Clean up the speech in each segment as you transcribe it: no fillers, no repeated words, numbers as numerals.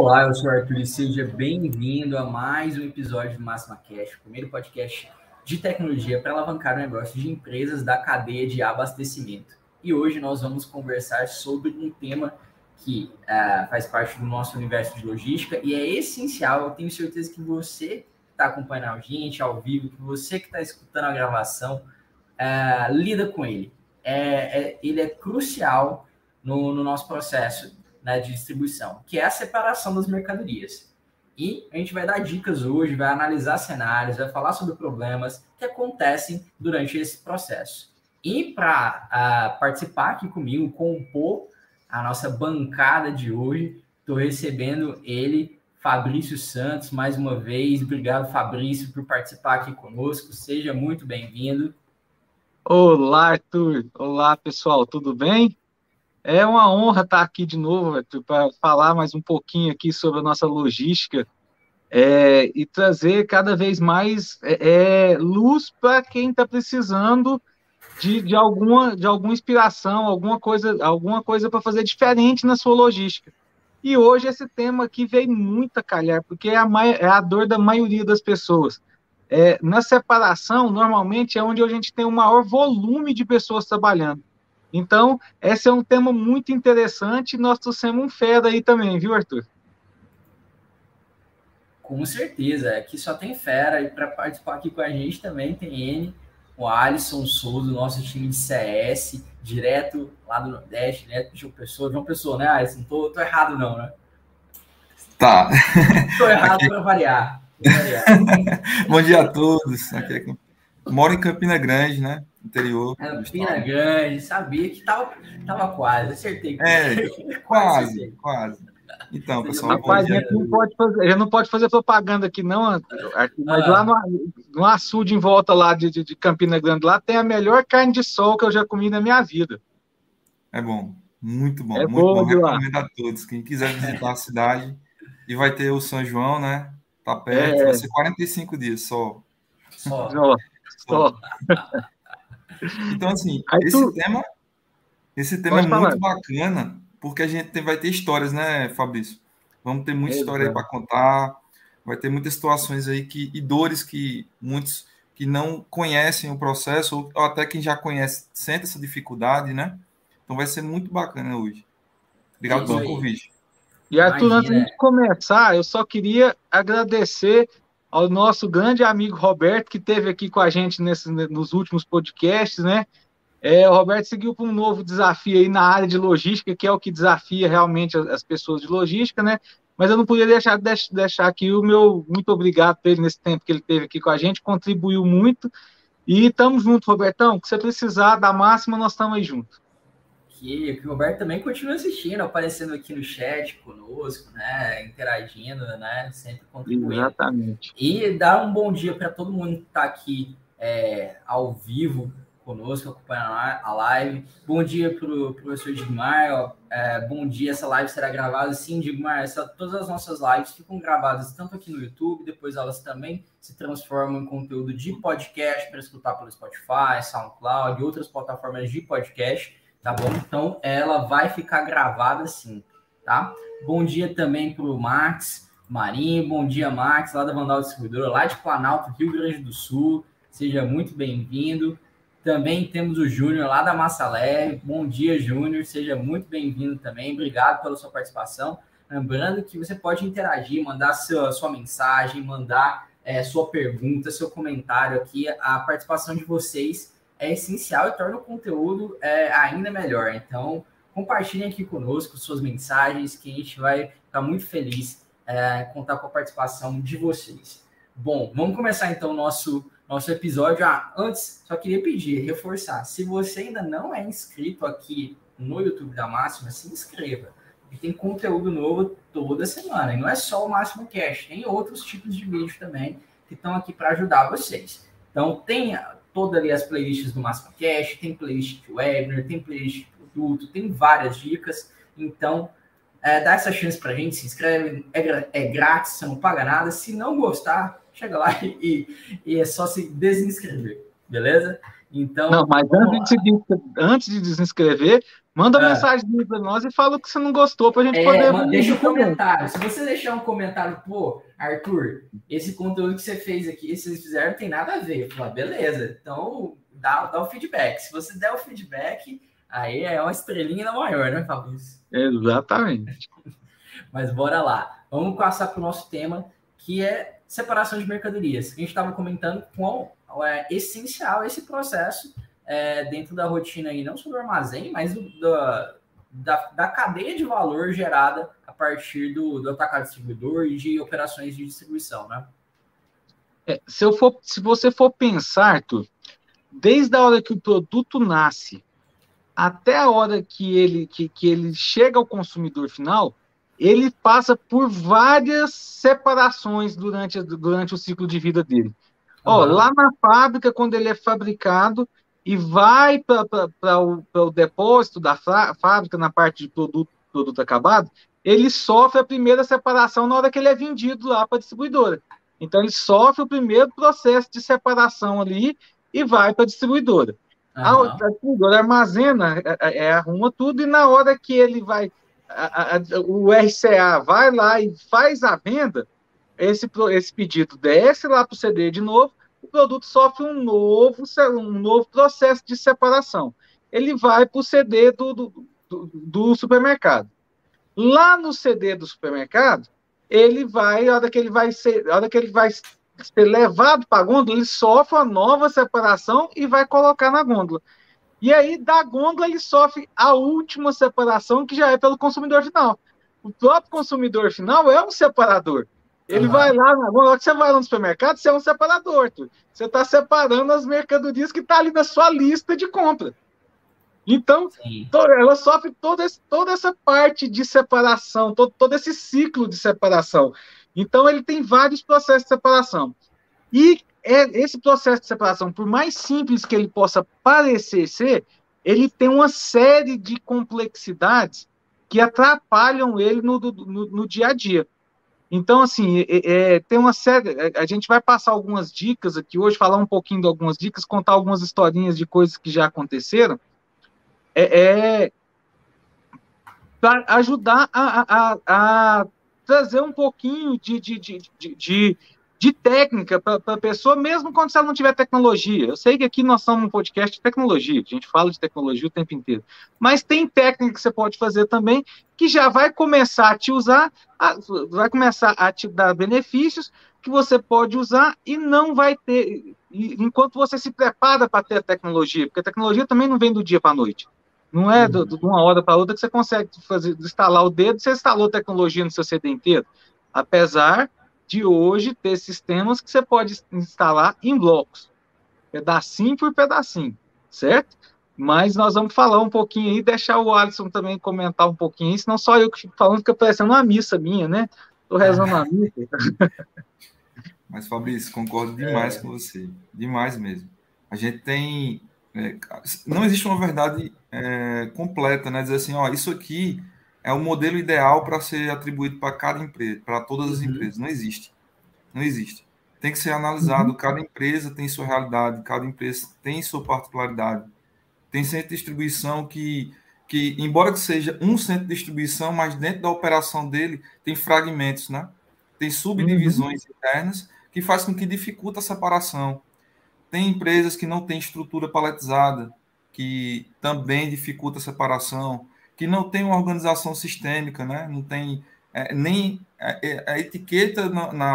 Olá, eu sou o Arthur e seja bem-vindo a mais um episódio do Máxima Cash, o primeiro podcast de tecnologia para alavancar o negócio de empresas da cadeia de abastecimento. E hoje nós vamos conversar sobre um tema que faz parte do nosso universo de logística e é essencial. Eu tenho certeza que você que está acompanhando a gente ao vivo, que você que está escutando a gravação, lida com ele. Ele é crucial no nosso processo, né, de distribuição, que é a separação das mercadorias. E a gente vai dar dicas hoje, vai analisar cenários, vai falar sobre problemas que acontecem durante esse processo. E para participar aqui comigo, compor a nossa bancada de hoje, estou recebendo ele, Fabrício Santos, mais uma vez. Obrigado, Fabrício, por participar aqui conosco. Seja muito bem-vindo. Olá, Arthur. Olá, pessoal. Tudo bem? É uma honra estar aqui de novo, Arthur, para falar mais um pouquinho aqui sobre a nossa logística e trazer cada vez mais luz para quem está precisando de alguma inspiração, alguma coisa para fazer diferente na sua logística. E hoje esse tema aqui veio muito a calhar, porque é a dor da maioria das pessoas. Na separação, normalmente, é onde a gente tem o maior volume de pessoas trabalhando. Então, esse é um tema muito interessante e nós trouxemos um fera aí também, viu, Arthur? Com certeza, aqui só tem fera, e para participar aqui com a gente também tem ele, o Alisson Souza, do nosso time de CS, direto lá do Nordeste, direto de João Pessoa, né, Alisson? Tô errado não, né? Tá. Tô errado para variar. Bom dia a todos. Aqui. Moro em Campina Grande, né? Interior. Campina Grande, sabia que tava quase, acertei. Quase. Então, pessoal, rapaz, a gente não pode fazer propaganda aqui não, Arthur, mas lá no açude em volta lá de Campina Grande, lá tem a melhor carne de sol que eu já comi na minha vida. É bom, muito bom, muito bom. Recomendo a todos. Quem quiser visitar a cidade, e vai ter o São João, né? Tá perto, vai ser 45 dias só. Então, assim, esse tema é muito bacana, porque a gente vai ter histórias, né, Fabrício? Vamos ter muita história aí para contar, vai ter muitas situações aí e dores que muitos que não conhecem o processo, ou até quem já conhece, sente essa dificuldade, né? Então vai ser muito bacana hoje. Obrigado pelo convite. E, Arthur, antes de começar, eu só queria agradecer ao nosso grande amigo Roberto, que esteve aqui com a gente nos últimos podcasts, né? O Roberto seguiu para um novo desafio aí na área de logística, que é o que desafia realmente as pessoas de logística, né? Mas eu não podia deixar aqui o meu muito obrigado para ele nesse tempo que ele esteve aqui com a gente, contribuiu muito. E estamos juntos, Robertão. Que você precisar da máxima, nós estamos aí juntos. Que o Roberto também continua assistindo, aparecendo aqui no chat conosco, né? Interagindo, né? Sempre contribuindo. Exatamente. E dar um bom dia para todo mundo que está aqui ao vivo conosco, acompanhando a live. Bom dia para o professor Digmar. Bom dia, essa live será gravada. Sim, Digmar, todas as nossas lives ficam gravadas tanto aqui no YouTube, depois elas também se transformam em conteúdo de podcast para escutar pelo Spotify, SoundCloud e outras plataformas de podcast, tá bom? Então, ela vai ficar gravada sim, tá? Bom dia também para o Max Marinho. Bom dia, Max, lá da Vandal Distribuidora, lá de Planalto, Rio Grande do Sul. Seja muito bem-vindo. Também temos o Júnior lá da Massa Leve. Bom dia, Júnior. Seja muito bem-vindo também. Obrigado pela sua participação. Lembrando que você pode interagir, mandar sua mensagem, mandar sua pergunta, seu comentário aqui. A participação de vocês é essencial e torna o conteúdo ainda melhor. Então, compartilhem aqui conosco suas mensagens, que a gente vai ficar muito feliz contar com a participação de vocês. Bom, vamos começar então o nosso episódio. Antes, só queria reforçar, se você ainda não é inscrito aqui no YouTube da Máxima, se inscreva. E tem conteúdo novo toda semana. E não é só o Máximo Cash, tem outros tipos de vídeo também que estão aqui para ajudar vocês. Então, tem todas ali as playlists do Máximo Cash, tem playlist de webinar, tem playlist de produto, tem várias dicas. Então, dá essa chance para a gente, se inscreve, é grátis, você não paga nada. Se não gostar, chega lá e é só se desinscrever, beleza? Então, não, mas antes de desinscrever, manda mensagem para nós e fala que você não gostou para a gente poder... Deixa um comentário. Se você deixar um comentário, pô, Arthur, esse conteúdo que você fez aqui, que vocês fizeram, não tem nada a ver. Eu falo, beleza, então dá o feedback. Se você der o feedback, aí é uma estrelinha na maior, né, Fabrício? Exatamente. Mas bora lá. Vamos passar para o nosso tema, que é separação de mercadorias. A gente estava comentando quão é essencial esse processo dentro da rotina, aí, não só do armazém, mas da cadeia de valor gerada a partir do atacado distribuidor e de operações de distribuição, né? Se você for pensar, Arthur, desde a hora que o produto nasce até a hora que ele chega ao consumidor final, ele passa por várias separações durante o ciclo de vida dele. Lá na fábrica, quando ele é fabricado e vai para o depósito da fábrica, na parte de produto acabado, ele sofre a primeira separação na hora que ele é vendido lá para a distribuidora. Então, ele sofre o primeiro processo de separação ali e vai para a distribuidora. A distribuidora armazena, arruma tudo, e na hora que ele vai, o RCA vai lá e faz a venda, esse pedido desce lá para o CD de novo, o produto sofre um novo processo de separação. Ele vai para o CD do supermercado. Lá no CD do supermercado, a hora que ele vai ser levado para a gôndola, ele sofre uma nova separação e vai colocar na gôndola. E aí, da gôndola, ele sofre a última separação, que já é pelo consumidor final. O próprio consumidor final é um separador. Ele vai lá na gôndola, que você vai lá no supermercado, você é um separador. Você está separando as mercadorias que estão ali na sua lista de compra. Então, ela sofre toda essa parte de separação, todo esse ciclo de separação. Então, ele tem vários processos de separação. E esse processo de separação, por mais simples que ele possa parecer ser, ele tem uma série de complexidades que atrapalham ele no dia a dia. Então, assim, tem uma série... A gente vai passar algumas dicas aqui hoje, falar um pouquinho de algumas dicas, contar algumas historinhas de coisas que já aconteceram, para ajudar a trazer um pouquinho de técnica para a pessoa, mesmo quando você não tiver tecnologia. Eu sei que aqui nós somos um podcast de tecnologia, a gente fala de tecnologia o tempo inteiro, mas tem técnica que você pode fazer também, que já vai começar a te usar, vai começar a te dar benefícios que você pode usar e não vai ter, enquanto você se prepara para ter a tecnologia, porque a tecnologia também não vem do dia para a noite. Não é de uma hora para outra que você consegue instalar o dedo, você instalou tecnologia no seu CD inteiro. Apesar de hoje ter sistemas que você pode instalar em blocos, pedacinho por pedacinho, certo? Mas nós vamos falar um pouquinho aí, deixar o Alisson também comentar um pouquinho aí, senão só eu que fico falando, fica parecendo uma missa minha, né? Estou rezando uma missa. Mas, Fabrício, concordo demais com você, demais mesmo. A gente tem... não existe uma verdade completa, né? Dizer assim, isso aqui é o modelo ideal para ser atribuído para cada empresa, para todas as empresas. Não existe. Não existe. Tem que ser analisado. Cada empresa tem sua realidade, cada empresa tem sua particularidade. Tem centro de distribuição que embora que seja um centro de distribuição, mas dentro da operação dele tem fragmentos, né? Tem subdivisões internas que faz com que dificulta a separação. Tem empresas que não têm estrutura paletizada, que também dificulta a separação, que não tem uma organização sistêmica, né? Não tem nem a etiqueta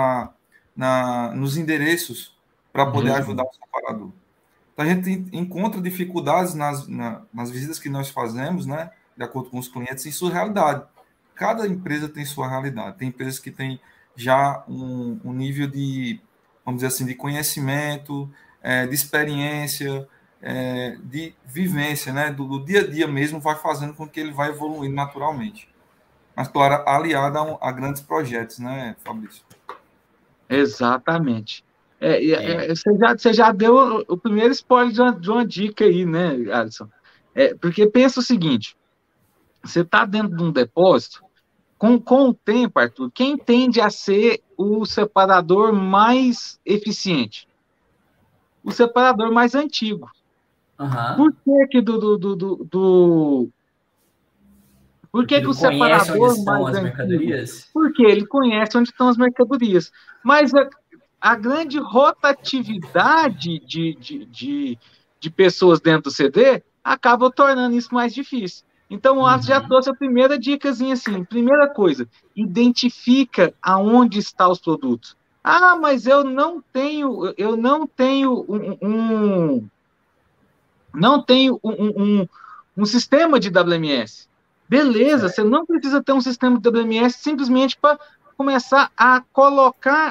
nos endereços para poder ajudar o separador. Então, a gente encontra dificuldades nas visitas que nós fazemos, né? De acordo com os clientes, em sua realidade. Cada empresa tem sua realidade. Tem empresas que têm já um nível de, vamos dizer assim, de conhecimento, de experiência, de vivência, né? Do dia a dia mesmo, vai fazendo com que ele vai evoluindo naturalmente. Mas, claro, aliado a grandes projetos, né, Fabrício? Exatamente. Você já deu o primeiro spoiler de uma dica aí, né, Alisson? Porque pensa o seguinte, você está dentro de um depósito, com o tempo, Arthur, quem tende a ser o separador mais eficiente? O separador mais antigo. Por que que por Porque que que ele o conhece onde separador estão mais as antigo? mercadorias? Porque ele conhece onde estão as mercadorias. Mas a grande rotatividade de pessoas dentro do CD acaba tornando isso mais difícil. Então, o Aço já trouxe a primeira dicasinha assim. Primeira coisa, identifica aonde estão os produtos. Ah, mas não tenho um sistema de WMS. Beleza, Certo. você não precisa ter um sistema de WMS simplesmente para começar a colocar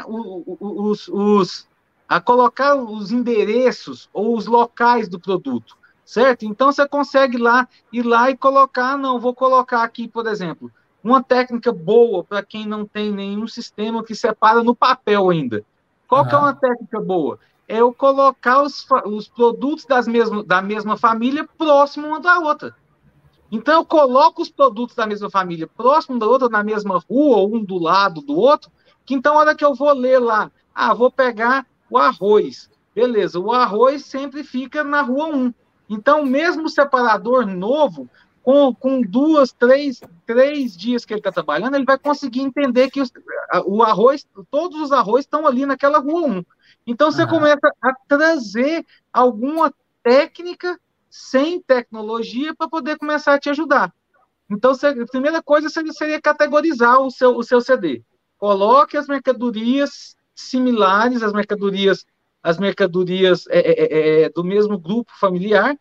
os endereços ou os locais do produto, certo? Então você consegue ir lá e colocar, não, vou colocar aqui, por exemplo, uma técnica boa para quem não tem nenhum sistema que separa no papel ainda. Qual que é uma técnica boa? É eu colocar os produtos da mesma família próximo uma da outra. Então, eu coloco os produtos da mesma família próximo da outra, na mesma rua, ou um do lado do outro, que então, a hora que eu vou ler lá, vou pegar o arroz. Beleza, o arroz sempre fica na rua 1. Então, mesmo o separador novo, com três dias que ele está trabalhando, ele vai conseguir entender que o arroz, todos os arroz estão ali naquela rua 1. Então, você começa a trazer alguma técnica sem tecnologia para poder começar a te ajudar. Então, a primeira coisa seria categorizar o seu CD. Coloque as mercadorias similares, as mercadorias do mesmo grupo familiar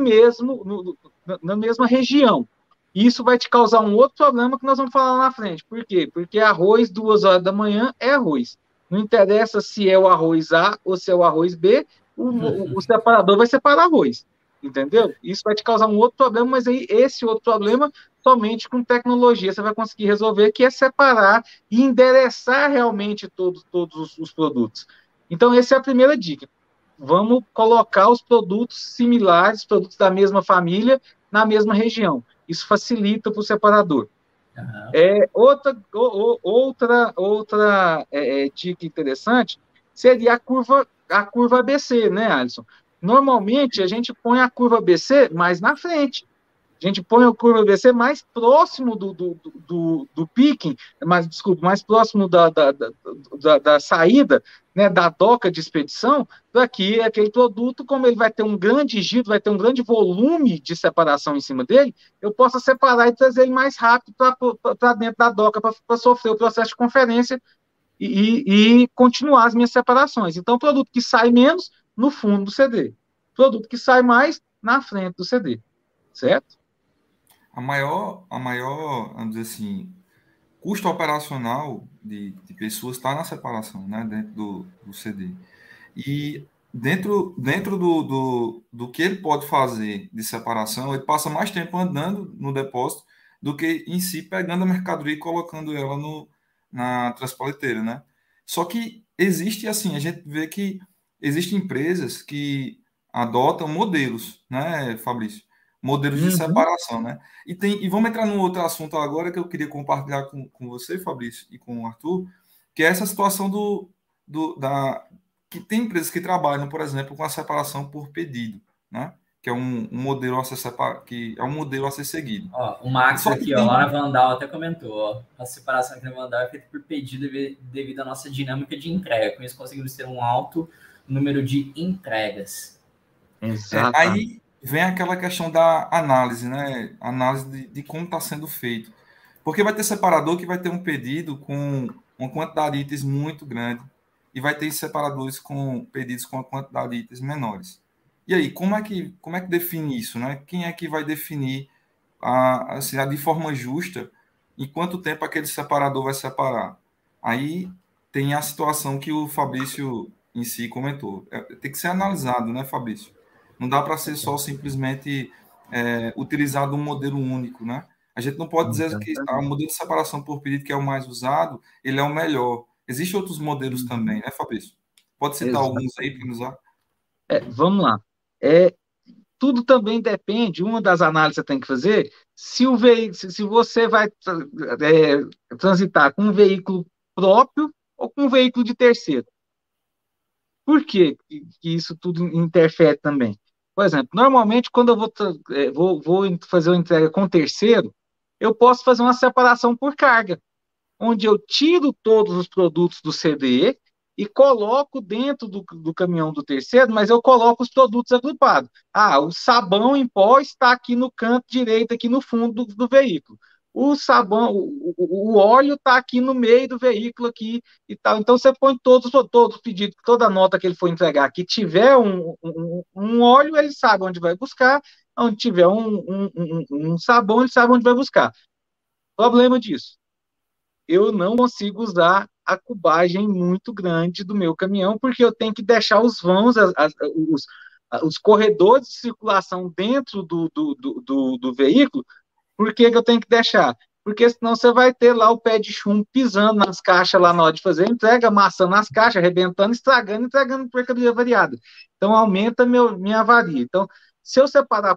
na mesma região. Isso vai te causar um outro problema que nós vamos falar lá na frente. Por quê? Porque arroz, 2 horas da manhã, é arroz. Não interessa se é o arroz A ou se é o arroz B, o separador vai separar arroz. Entendeu? Isso vai te causar um outro problema, mas aí esse outro problema, somente com tecnologia você vai conseguir resolver, que é separar e endereçar realmente todos os produtos. Então, essa é a primeira dica. Vamos colocar os produtos similares, produtos da mesma família, na mesma região. Isso facilita para o separador. Outra dica interessante seria a curva ABC, né, Alisson? Normalmente, a gente põe a curva ABC mais na frente. A gente põe a curva ABC mais próximo do picking, mais próximo da saída, né, da doca de expedição, para que aquele produto, como ele vai ter um grande giro, vai ter um grande volume de separação em cima dele, eu possa separar e trazer ele mais rápido para dentro da doca, para sofrer o processo de conferência e continuar as minhas separações. Então, produto que sai menos, no fundo do CD. Produto que sai mais, na frente do CD. Certo? Vamos dizer assim, custo operacional de pessoas está na separação, né, dentro do CD. E dentro do que ele pode fazer de separação, ele passa mais tempo andando no depósito do que em si pegando a mercadoria e colocando ela na transpaleteira, né? Só que existe, assim, a gente vê que existem empresas que adotam modelos, né, Fabrício? Modelos de separação, né? E vamos entrar num outro assunto agora que eu queria compartilhar com você, Fabrício, e com o Arthur, que é essa situação que tem empresas que trabalham, por exemplo, com a separação por pedido, né? Que é um modelo a ser seguido. Ó, o Max Só aqui, ó, lá na Vandal até comentou, ó, a separação aqui na Vandal é feita por pedido devido à nossa dinâmica de entrega. Com isso conseguimos ter um alto número de entregas. Exato. Aí vem aquela questão da análise, né? Análise de como está sendo feito. Porque vai ter separador que vai ter um pedido com uma quantidade de itens muito grande e vai ter separadores com pedidos com uma quantidade de itens menores. E aí, como é que define isso, né? Quem é que vai definir de forma justa em quanto tempo aquele separador vai separar? Aí tem a situação que o Fabrício em si comentou. Tem que ser analisado, né, Fabrício? Não dá para ser só simplesmente utilizado um modelo único, né? A gente não pode dizer que o modelo de separação por pedido, que é o mais usado, ele é o melhor. Existem outros modelos também, né, Fabrício? Pode citar alguns aí para usar? Vamos lá. Tudo também depende, uma das análises que você tem que fazer, se você vai transitar com um veículo próprio ou com um veículo de terceiro. Por quê que isso tudo interfere também? Por exemplo, normalmente, quando eu vou fazer uma entrega com terceiro, eu posso fazer uma separação por carga, onde eu tiro todos os produtos do CDE e coloco dentro do caminhão do terceiro, mas eu coloco os produtos agrupados. O sabão em pó está aqui no canto direito, aqui no fundo do veículo. O sabão, o óleo está aqui no meio do veículo aqui e tal. Então você põe todos os pedidos, toda nota que ele for entregar, que tiver um óleo, ele sabe onde vai buscar, onde tiver um sabão, ele sabe onde vai buscar. Problema disso, eu não consigo usar a cubagem muito grande do meu caminhão, porque eu tenho que deixar os vãos, os corredores de circulação dentro do veículo. Por que eu tenho que deixar? Porque senão você vai ter lá o pé de chumbo pisando nas caixas lá na hora de fazer a entrega, amassando nas caixas, arrebentando, estragando, entregando mercadoria variada. Então, aumenta minha avaria. Então, se eu separar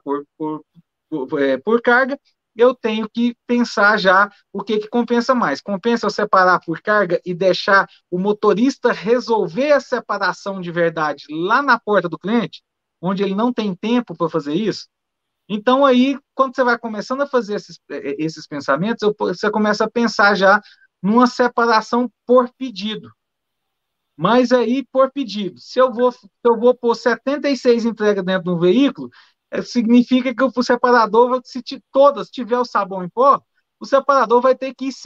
por carga, eu tenho que pensar já o que compensa mais. Compensa eu separar por carga e deixar o motorista resolver a separação de verdade lá na porta do cliente, onde ele não tem tempo para fazer isso? Então, aí, quando você vai começando a fazer esses pensamentos, você começa a pensar já numa separação por pedido. Mas aí, por pedido, se eu vou pôr 76 entregas dentro de um veículo, significa que o separador, se todas tiver o sabão em pó, o separador vai ter que ir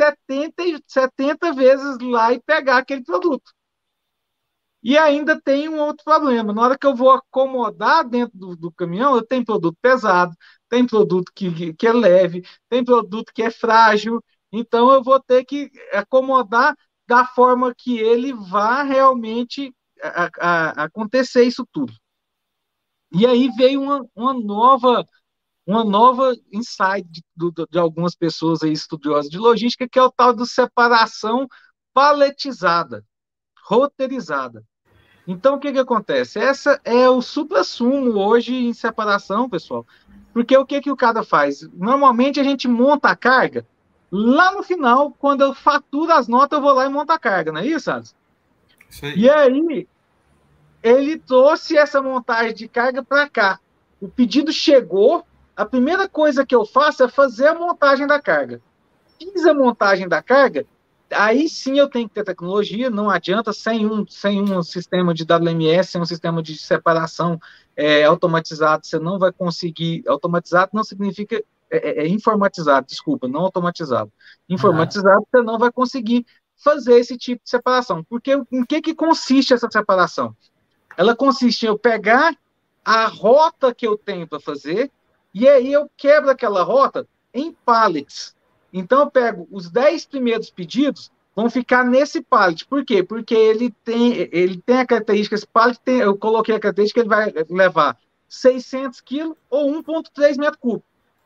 70 vezes lá e pegar aquele produto. E ainda tem um outro problema. Na hora que eu vou acomodar dentro do caminhão, eu tenho produto pesado, tem produto que é leve, tem produto que é frágil. Então, eu vou ter que acomodar da forma que ele vá realmente acontecer isso tudo. E aí veio uma nova insight de algumas pessoas aí, estudiosas de logística, que é o tal de separação paletizada, roteirizada. Então, o que acontece? Essa é o supra-sumo hoje em separação, pessoal. Porque o que o cara faz? Normalmente a gente monta a carga, lá no final, quando eu faturo as notas, eu vou lá e monto a carga, não é isso, Alisson? Isso aí. E aí, ele trouxe essa montagem de carga para cá. O pedido chegou, a primeira coisa que eu faço é fazer a montagem da carga. Fiz a montagem da carga, aí sim eu tenho que ter tecnologia, não adianta, sem um sistema de WMS, sem um sistema de separação automatizado, você não vai conseguir. Automatizado não significa informatizado, desculpa, não automatizado. Informatizado, você não vai conseguir fazer esse tipo de separação. Porque em que consiste essa separação? Ela consiste em eu pegar a rota que eu tenho para fazer, e aí eu quebro aquela rota em pallets. Então, eu pego os 10 primeiros pedidos, vão ficar nesse pallet. Por quê? Porque ele tem a característica, esse pallet eu coloquei a característica que ele vai levar 600 quilos ou 1,3 metro cúbico.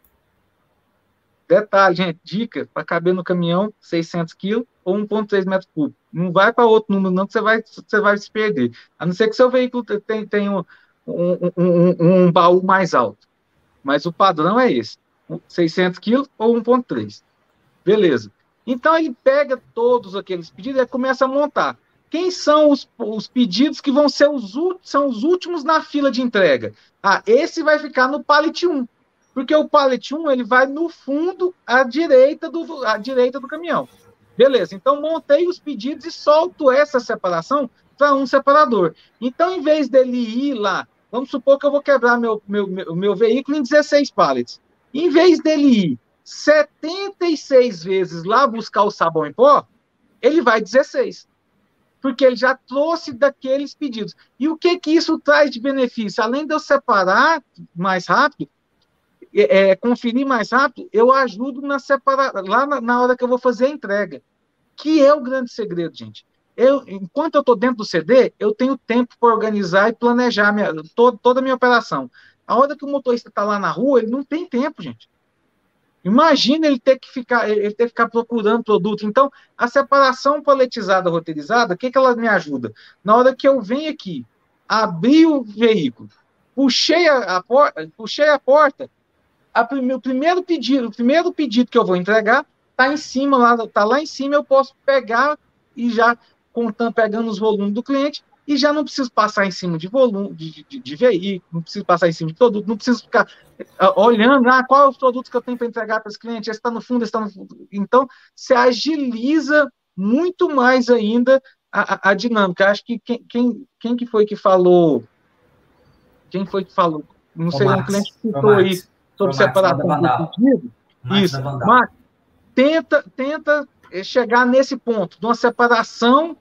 Detalhe, gente, dica, para caber no caminhão, 600 quilos ou 1,3 metro cúbico. Não vai para outro número, não, que você vai se perder. A não ser que seu veículo tenha um baú mais alto. Mas o padrão é esse, 600 quilos ou 1,3. Beleza. Então, ele pega todos aqueles pedidos e começa a montar. Quem são os pedidos que vão ser são os últimos na fila de entrega? Esse vai ficar no pallet 1. Porque o pallet 1 ele vai no fundo à direita do caminhão. Beleza. Então, montei os pedidos e solto essa separação para um separador. Então, em vez dele ir lá, vamos supor que eu vou quebrar meu veículo em 16 pallets. Em vez dele ir 76 vezes lá buscar o sabão em pó, ele vai 16. Porque ele já trouxe daqueles pedidos. E o que isso traz de benefício? Além de eu separar mais rápido, conferir mais rápido, eu ajudo lá na hora que eu vou fazer a entrega. Que é o grande segredo, gente. Enquanto eu estou dentro do CD, eu tenho tempo para organizar e planejar toda a minha operação. A hora que o motorista está lá na rua, ele não tem tempo, gente. Imagina ele ter que ficar procurando produto. Então, a separação paletizada, roteirizada, o que ela me ajuda? Na hora que eu venho aqui, abri o veículo, puxei a porta, o primeiro pedido que eu vou entregar está em cima, está lá em cima, eu posso pegar e já pegando os volumes do cliente, e já não preciso passar em cima de volume, de veículo, não preciso passar em cima de produto, não preciso ficar olhando, qual é o produto que eu tenho para entregar para esse cliente, esse está no fundo, esse está no fundo. Então, você agiliza muito mais ainda a dinâmica. Acho que quem que foi que falou? Quem foi que falou? Não sei, um cliente que citou aí sobre separação por pedido. Isso. Mas tenta chegar nesse ponto, de uma separação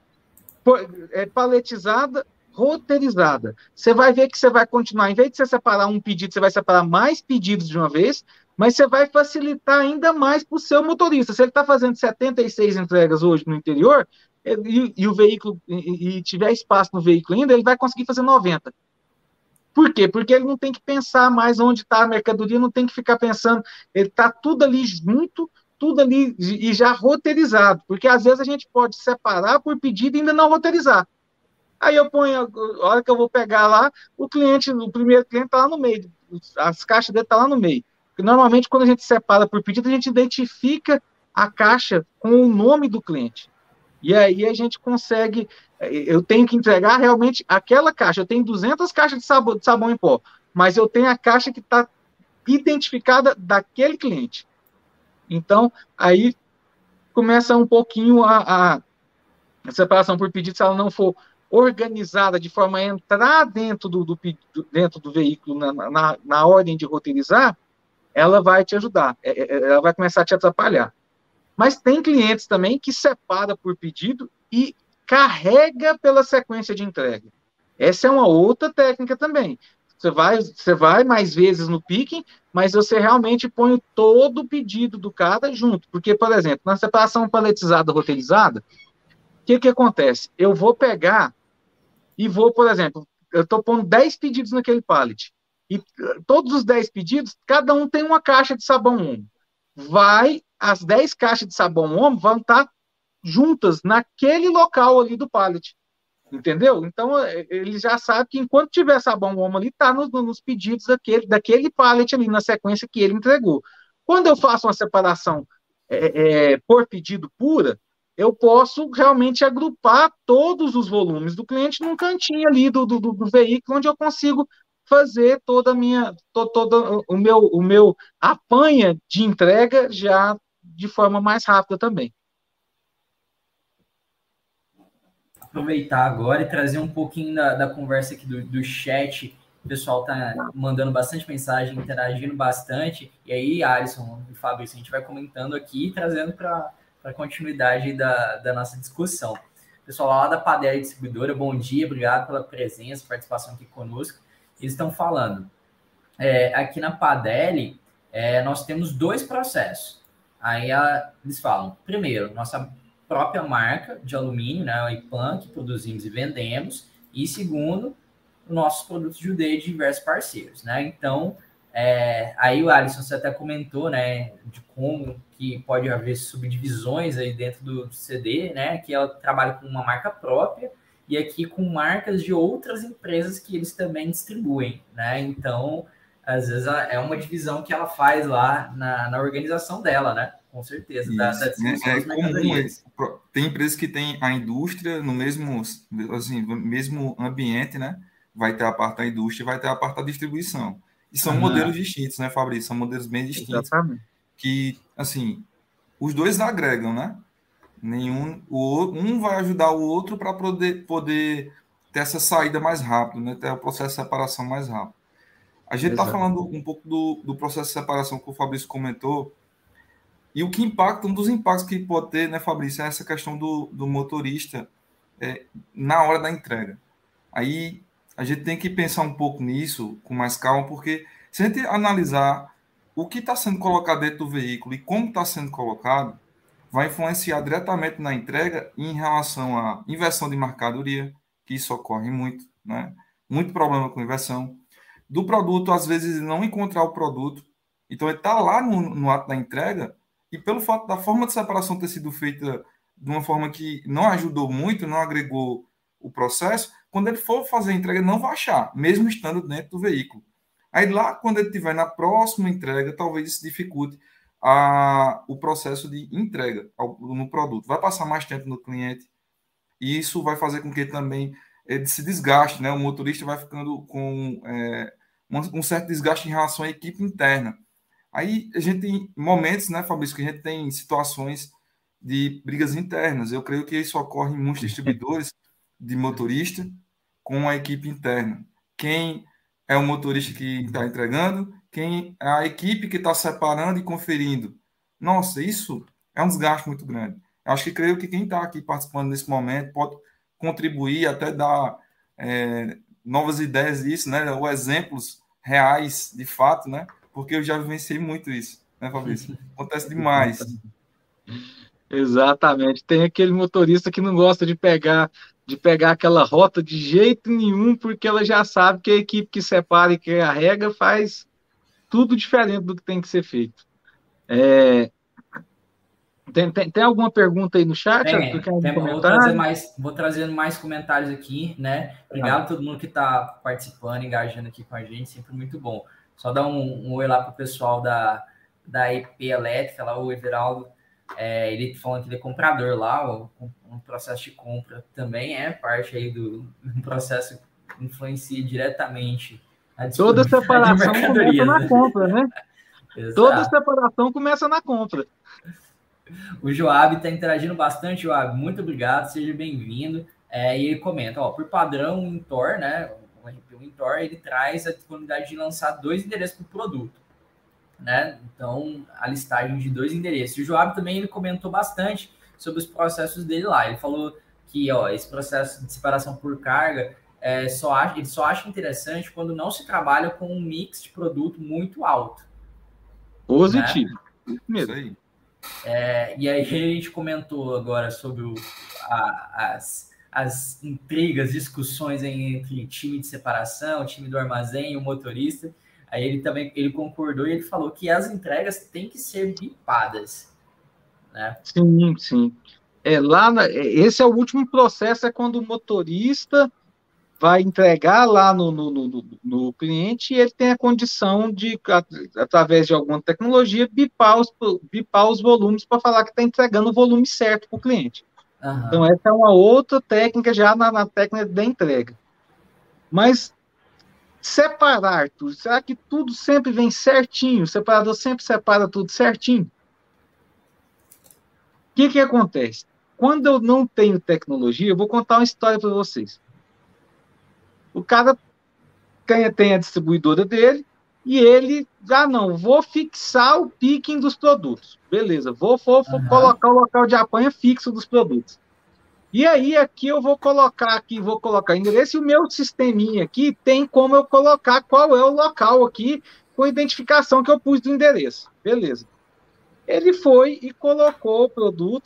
paletizada, roteirizada. Você vai ver que você vai continuar, em vez de você separar um pedido, você vai separar mais pedidos de uma vez, mas você vai facilitar ainda mais para o seu motorista. Se ele está fazendo 76 entregas hoje no interior, e o veículo, e tiver espaço no veículo ainda, ele vai conseguir fazer 90. Por quê? Porque ele não tem que pensar mais onde está a mercadoria, não tem que ficar pensando, ele está tudo ali junto, tudo ali e já roteirizado, porque às vezes a gente pode separar por pedido e ainda não roteirizar. Aí eu ponho, a hora que eu vou pegar lá, o primeiro cliente está lá no meio, as caixas dele estão lá no meio. Porque normalmente quando a gente separa por pedido, a gente identifica a caixa com o nome do cliente. E aí a gente consegue, eu tenho que entregar realmente aquela caixa, eu tenho 200 caixas de sabão em pó, mas eu tenho a caixa que está identificada daquele cliente. Então, aí começa um pouquinho a separação por pedido, se ela não for organizada de forma a entrar dentro do veículo na ordem de roteirizar, ela vai te ajudar, ela vai começar a te atrapalhar. Mas tem clientes também que separa por pedido e carrega pela sequência de entrega. Essa é uma outra técnica também. Você vai mais vezes no picking, mas você realmente põe todo o pedido do cara junto. Porque, por exemplo, na separação paletizada, roteirizada, o que acontece? Eu vou pegar e vou, por exemplo, eu estou pondo 10 pedidos naquele pallet. E todos os 10 pedidos, cada um tem uma caixa de sabão úmido. As 10 caixas de sabão Omo vão estar juntas naquele local ali do pallet. Entendeu? Então, ele já sabe que enquanto tiver sabão Omo ali, está nos pedidos daquele pallet ali, na sequência que ele entregou. Quando eu faço uma separação por pedido pura, eu posso realmente agrupar todos os volumes do cliente num cantinho ali do veículo, onde eu consigo fazer toda a minha, todo o meu apanha de entrega já de forma mais rápida também. Aproveitar agora e trazer um pouquinho da conversa aqui do chat. O pessoal tá mandando bastante mensagem, interagindo bastante. E aí, Alisson e Fabrício, a gente vai comentando aqui e trazendo para a continuidade da nossa discussão. Pessoal lá da Padelli Distribuidora, bom dia, obrigado pela presença, participação aqui conosco. Eles estão falando, aqui na Padelli, nós temos 2 processos. Aí eles falam, primeiro, nossa própria marca de alumínio, né, o IPAN, que produzimos e vendemos, e segundo, nossos produtos de UD de diversos parceiros, né? Então, aí o Alisson, você até comentou, né, de como que pode haver subdivisões aí dentro do CD, né, que ela trabalha com uma marca própria e aqui com marcas de outras empresas que eles também distribuem, né? Então, às vezes é uma divisão que ela faz lá na organização dela, né? Com certeza, da distribuição das mercadorias. Tem empresas que têm a indústria no mesmo, assim, no mesmo ambiente, né? Vai ter a parte da indústria e vai ter a parte da distribuição. E são modelos distintos, né, Fabrício? São modelos bem distintos. Exatamente. Que, assim, os dois agregam, né? Um vai ajudar o outro para poder ter essa saída mais rápido, né? Ter o processo de separação mais rápido. A gente está falando um pouco do processo de separação que o Fabrício comentou, e um dos impactos que pode ter, né, Fabrício, é essa questão do motorista na hora da entrega. Aí a gente tem que pensar um pouco nisso com mais calma, porque se a gente analisar o que está sendo colocado dentro do veículo e como está sendo colocado, vai influenciar diretamente na entrega em relação à inversão de mercadoria, que isso ocorre muito, né? Muito problema com inversão. Do produto, às vezes, não encontrar o produto. Então, ele está lá no ato da entrega, e pelo fato da forma de separação ter sido feita de uma forma que não ajudou muito, não agregou o processo, quando ele for fazer a entrega, não vai achar, mesmo estando dentro do veículo. Aí lá, quando ele estiver na próxima entrega, talvez isso dificulte o processo de entrega no produto. Vai passar mais tempo no cliente, e isso vai fazer com que também ele se desgaste, né? O motorista vai ficando com um certo desgaste em relação à equipe interna. Aí a gente tem momentos, né, Fabrício, que a gente tem situações de brigas internas. Eu creio que isso ocorre em muitos distribuidores de motorista com a equipe interna. Quem é o motorista que está entregando, quem é a equipe que está separando e conferindo. Nossa, isso é um desgaste muito grande. Acho que creio que quem está aqui participando nesse momento pode contribuir, até dar novas ideias disso, né? Ou exemplos reais, de fato, né? Porque eu já vivenciei muito isso, né, Fabrício? Acontece demais. Exatamente. Tem aquele motorista que não gosta de pegar aquela rota de jeito nenhum, porque ela já sabe que a equipe que separa e que carrega faz tudo diferente do que tem que ser feito. Tem alguma pergunta aí no chat? Vou trazendo mais comentários aqui, né? Obrigado a todo mundo que está participando, engajando aqui com a gente, sempre muito bom. Só dar um oi lá para o pessoal da EP Elétrica, lá o Everaldo, ele falando que ele é comprador lá, um processo de compra também é parte aí do processo que influencia diretamente a toda separação começa na compra, né? Toda separação começa na compra. O Joab está interagindo bastante, Joab. Muito obrigado, seja bem-vindo. E ele comenta, por padrão, o Intor, né? O Intor, ele traz a disponibilidade de lançar 2 endereços para o produto, né? Então, a listagem de 2 endereços. O Joab também ele comentou bastante sobre os processos dele lá. Ele falou que esse processo de separação por carga ele só acha interessante quando não se trabalha com um mix de produto muito alto. Positivo. Né? Isso aí. E aí a gente comentou agora sobre as intrigas, discussões entre time de separação, time do armazém e o motorista. Aí ele concordou e ele falou que as entregas têm que ser bipadas, né? Sim, sim. Esse é o último processo, é quando o motorista vai entregar lá no cliente e ele tem a condição de, através de alguma tecnologia, bipar os volumes para falar que está entregando o volume certo para o cliente. Uhum. Então, essa é uma outra técnica já na técnica da entrega. Mas separar tudo, será que tudo sempre vem certinho? O separador sempre separa tudo certinho? O que acontece? Quando eu não tenho tecnologia, eu vou contar uma história para vocês. O cara tem a distribuidora dele e ele, não, vou fixar o picking dos produtos. Beleza, vou colocar o local de apanha fixo dos produtos. E aí, aqui eu vou colocar endereço, e o meu sisteminha aqui tem como eu colocar qual é o local aqui, com a identificação que eu pus do endereço. Beleza. Ele foi e colocou o produto,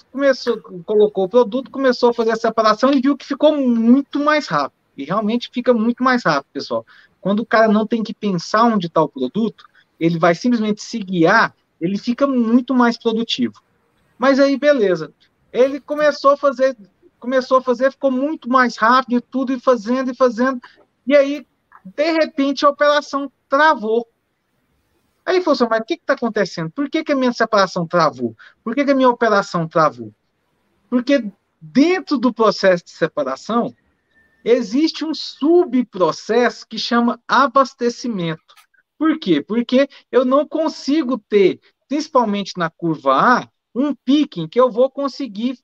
começou a fazer a separação e viu que ficou muito mais rápido. E realmente fica muito mais rápido, pessoal. Quando o cara não tem que pensar onde está o produto, ele vai simplesmente se guiar, ele fica muito mais produtivo. Mas aí, beleza. Ele começou a fazer, ficou muito mais rápido, tudo, e fazendo. E aí, de repente, a operação travou. Aí ele falou assim, mas o que está acontecendo? Por que a minha separação travou? Por que a minha operação travou? Porque dentro do processo de separação, existe um subprocesso que chama abastecimento. Por quê? Porque eu não consigo ter, principalmente na curva A, um picking que eu vou conseguir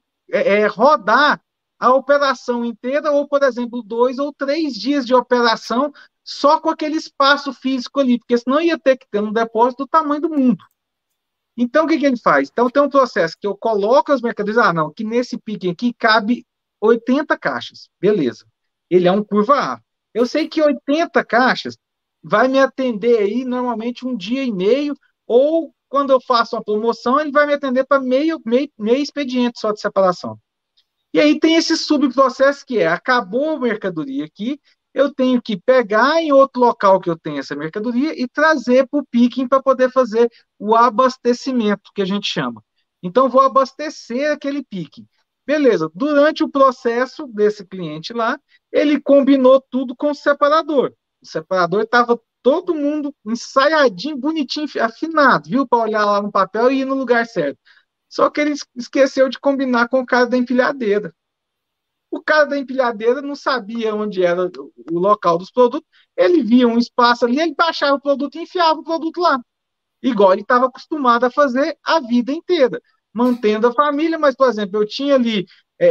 rodar a operação inteira, ou, por exemplo, 2 ou 3 dias de operação só com aquele espaço físico ali, porque senão ia ter que ter um depósito do tamanho do mundo. Então, o que ele faz? Então, tem um processo que eu coloco as mercadorias, que nesse picking aqui cabe 80 caixas. Beleza. Ele é um curva A. Eu sei que 80 caixas vai me atender aí normalmente 1 dia e meio, ou quando eu faço uma promoção, ele vai me atender para meio expediente só de separação. E aí tem esse subprocesso que acabou a mercadoria aqui, eu tenho que pegar em outro local que eu tenho essa mercadoria e trazer para o picking para poder fazer o abastecimento, que a gente chama. Então, vou abastecer aquele picking. Beleza, durante o processo desse cliente lá, ele combinou tudo com o separador. O separador estava todo mundo ensaiadinho, bonitinho, afinado, viu? Para olhar lá no papel e ir no lugar certo. Só que ele esqueceu de combinar com o cara da empilhadeira. O cara da empilhadeira não sabia onde era o local dos produtos, ele via um espaço ali, ele baixava o produto e enfiava o produto lá. Igual ele estava acostumado a fazer a vida inteira, mantendo a família, mas, por exemplo, eu tinha ali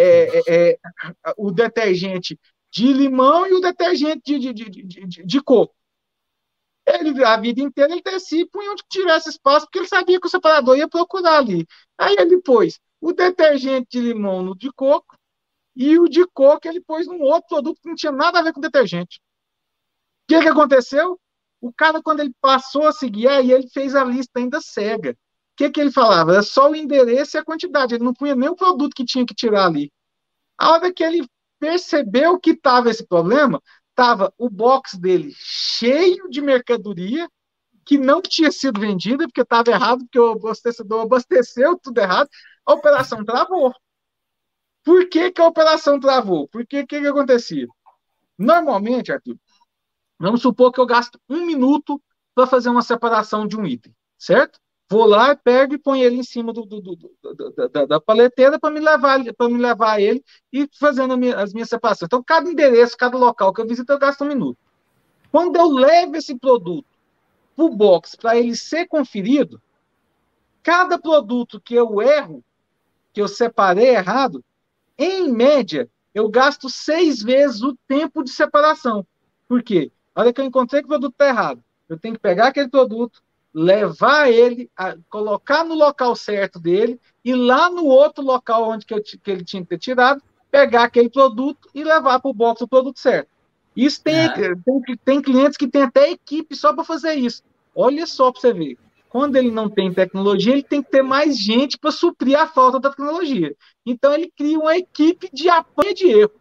o detergente de limão e o detergente de coco. Ele, a vida inteira, ele descia e punha onde tivesse espaço, porque ele sabia que o separador ia procurar ali. Aí ele pôs o detergente de limão no de coco e o de coco ele pôs num outro produto que não tinha nada a ver com detergente. O que aconteceu? O cara, quando ele passou a seguir, aí ele fez a lista ainda cega. O que ele falava? Era só o endereço e a quantidade. Ele não punha nem o produto que tinha que tirar ali. A hora que ele percebeu que estava esse problema, estava o box dele cheio de mercadoria que não tinha sido vendida, porque estava errado, porque o abastecedor abasteceu tudo errado. A operação travou. Por que a operação travou? Porque o que acontecia? Normalmente, Arthur, vamos supor que eu gasto 1 minuto para fazer uma separação de um item, certo? Vou lá, pego e ponho ele em cima da paleteira para me levar ele e fazendo as minhas separações. Então, cada endereço, cada local que eu visito, eu gasto 1 minuto. Quando eu levo esse produto para o box para ele ser conferido, cada produto que eu erro, que eu separei errado, em média, eu gasto 6 vezes o tempo de separação. Por quê? A hora que eu encontrei que o produto está errado, eu tenho que pegar aquele produto, levar ele, colocar no local certo dele, e lá no outro local onde que ele tinha que ter tirado, pegar aquele produto e levar para o box o produto certo. Isso tem clientes que tem até equipe só para fazer isso. Olha só para você ver. Quando ele não tem tecnologia, ele tem que ter mais gente para suprir a falta da tecnologia. Então, ele cria uma equipe de apanha de erro.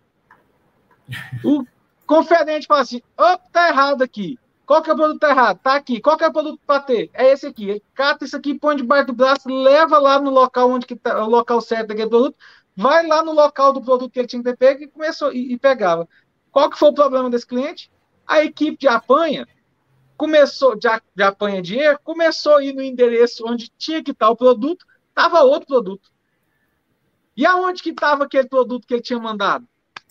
O conferente fala assim, tá errado aqui. Qual que é o produto errado? Tá aqui. Qual que é o produto para ter? É esse aqui. Ele cata isso aqui, põe debaixo do braço, leva lá no local onde que tá, o local certo daquele produto, vai lá no local do produto que ele tinha que ter pego e começou e pegava. Qual que foi o problema desse cliente? A equipe de apanha começou, de apanha de erro, começou a ir no endereço onde tinha que estar o produto, estava outro produto. E aonde que estava aquele produto que ele tinha mandado?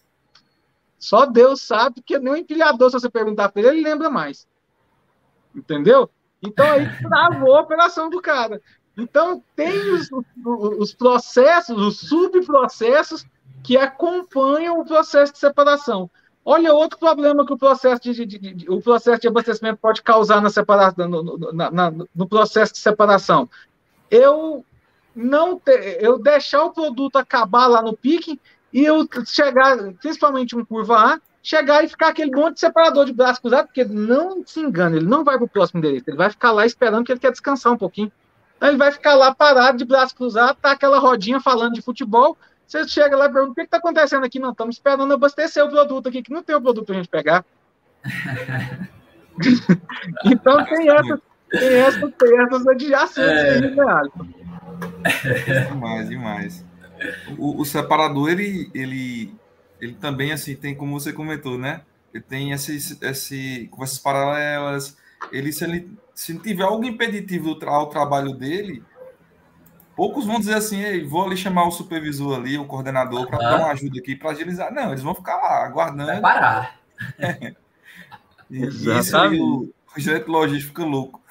Só Deus sabe, porque nem o empilhador, se você perguntar para ele lembra mais. Entendeu? Então, aí travou a operação do cara. Então, tem os processos, os subprocessos que acompanham o processo de separação. Olha outro problema que o processo de abastecimento pode causar na separação, no processo de separação. Eu deixar o produto acabar lá no pique e eu chegar, principalmente um curva A, chegar e ficar aquele monte de separador de braço cruzado, porque não se engane, ele não vai para o próximo endereço, ele vai ficar lá esperando que ele quer descansar um pouquinho. Então, ele vai ficar lá parado de braço cruzado, tá aquela rodinha falando de futebol, você chega lá e pergunta, o que está acontecendo aqui? Não, estamos esperando abastecer o produto aqui, que não tem o produto para a gente pegar. Então tem essas adjacências aí, né, Alisson? Demais. O separador, ele também, assim, tem, como você comentou, né? Ele tem com essas paralelas. Se tiver algo impeditivo ao trabalho dele, poucos vão dizer assim, ei, vou ali chamar o supervisor ali, o coordenador, para dar uma ajuda aqui, para agilizar. Não, eles vão ficar lá, aguardando. Vai parar. E isso aí, o gerente logístico fica louco.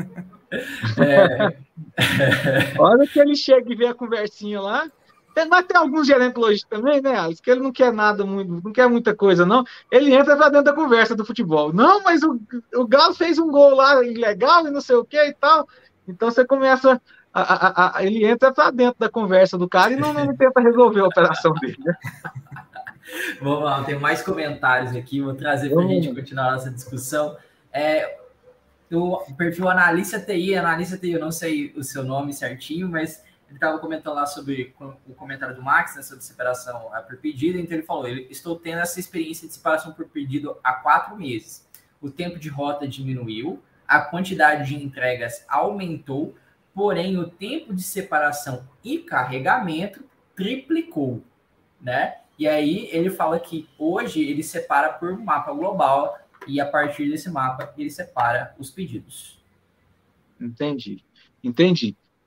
Olha que ele chega e vê a conversinha lá. Mas tem alguns gerentes logísticos também, né, Alex? Que ele não quer nada muito, não quer muita coisa, não. Ele entra para dentro da conversa do futebol. Não, mas o Galo fez um gol lá ilegal e não sei o que e tal. Então você começa. Ele entra para dentro da conversa do cara e não tenta resolver a operação dele, né? Vamos lá, tem mais comentários aqui, vou trazer para a gente continuar a nossa discussão. O perfil Analista TI, eu não sei o seu nome certinho, mas ele estava comentando lá sobre o comentário do Max, né, sobre separação por pedido, então ele falou, estou tendo essa experiência de separação por pedido há 4 meses. O tempo de rota diminuiu, a quantidade de entregas aumentou, porém o tempo de separação e carregamento triplicou, né? E aí ele fala que hoje ele separa por mapa global e a partir desse mapa ele separa os pedidos. Entendi.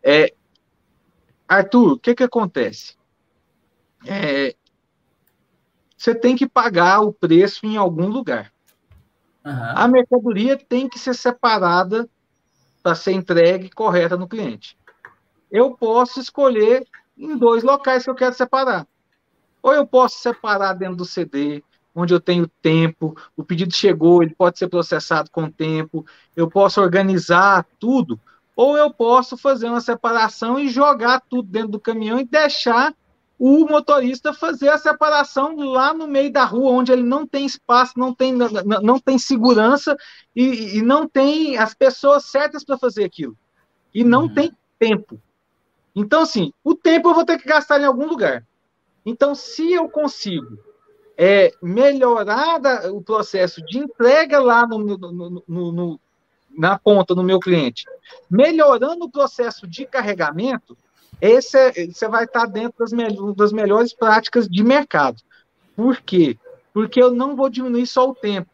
Arthur, o que acontece? você tem que pagar o preço em algum lugar. A mercadoria tem que ser separada para ser entregue correta no cliente. Eu posso escolher em 2 locais que eu quero separar. Ou eu posso separar dentro do CD, onde eu tenho tempo, o pedido chegou, ele pode ser processado com tempo, eu posso organizar tudo, ou eu posso fazer uma separação e jogar tudo dentro do caminhão e deixar o motorista fazer a separação lá no meio da rua, onde ele não tem espaço, não tem segurança e não tem as pessoas certas para fazer aquilo. E não tem tempo. Então, assim, o tempo eu vou ter que gastar em algum lugar. Então, se eu consigo melhorar o processo de entrega lá na ponta, no meu cliente, melhorando o processo de carregamento, você vai estar dentro das melhores práticas de mercado. Por quê? Porque eu não vou diminuir só o tempo.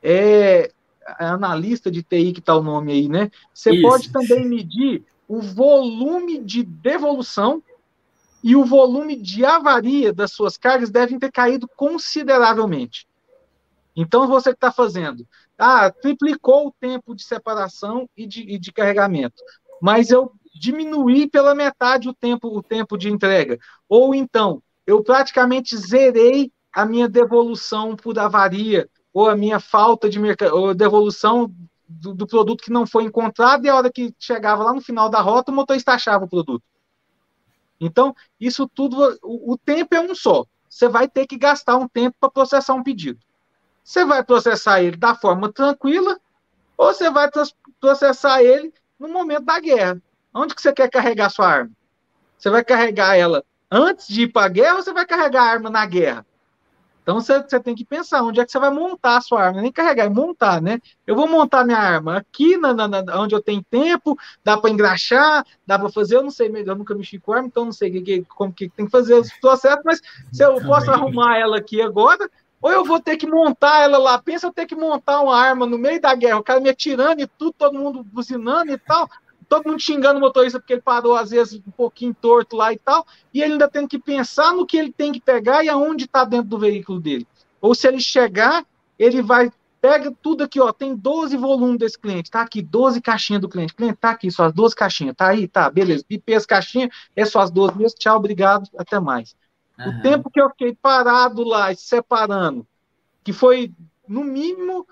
Analista de TI, que está o nome aí, né? Você pode também medir o volume de devolução e o volume de avaria das suas cargas devem ter caído consideravelmente. Então, você que está fazendo, triplicou o tempo de separação e de carregamento, mas eu diminuí pela metade o tempo de entrega. Ou então, eu praticamente zerei a minha devolução por avaria, ou a minha falta de ou devolução do produto que não foi encontrado, e a hora que chegava lá no final da rota, o motorista achava o produto. Então, isso tudo, o tempo é um só. Você vai ter que gastar um tempo para processar um pedido. Você vai processar ele da forma tranquila, ou você vai processar ele no momento da guerra. Onde que você quer carregar a sua arma? Você vai carregar ela antes de ir para a guerra, ou você vai carregar a arma na guerra? Então, você tem que pensar onde é que você vai montar a sua arma. Nem carregar, é montar, né? Eu vou montar minha arma aqui, onde eu tenho tempo, dá para engraxar, dá para fazer, eu não sei, eu nunca mexi com arma, então não sei como que tem que fazer os processos, mas se eu posso arrumar ela aqui agora, ou eu vou ter que montar ela lá. Pensa eu ter que montar uma arma no meio da guerra, o cara me atirando e tudo, todo mundo buzinando e tal, todo mundo xingando o motorista porque ele parou, às vezes, um pouquinho torto lá e tal, e ele ainda tem que pensar no que ele tem que pegar e aonde está dentro do veículo dele. Ou se ele chegar, ele pega tudo aqui, ó, tem 12 volumes desse cliente, tá aqui, 12 caixinhas do cliente, tá aqui, só as 12 caixinhas, tá aí, tá, beleza, pipei as caixinhas, só as 12 mesmo, tchau, obrigado, até mais. O tempo que eu fiquei parado lá, separando, que foi, no mínimo,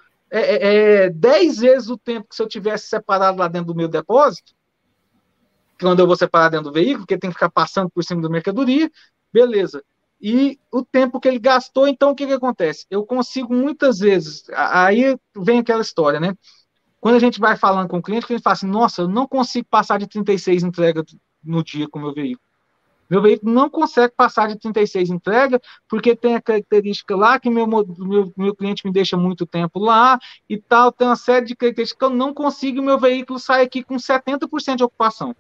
10 vezes o tempo que se eu tivesse separado lá dentro do meu depósito, quando eu vou separar dentro do veículo, porque tem que ficar passando por cima da mercadoria, beleza. E o tempo que ele gastou, então, o que acontece? Eu consigo muitas vezes, aí vem aquela história, né? Quando a gente vai falando com o cliente, a gente fala assim, nossa, eu não consigo passar de 36 entregas no dia com o meu veículo. Meu veículo não consegue passar de 36 entregas, porque tem a característica lá que meu cliente me deixa muito tempo lá e tal, tem uma série de características que eu não consigo e meu veículo sai aqui com 70% de ocupação.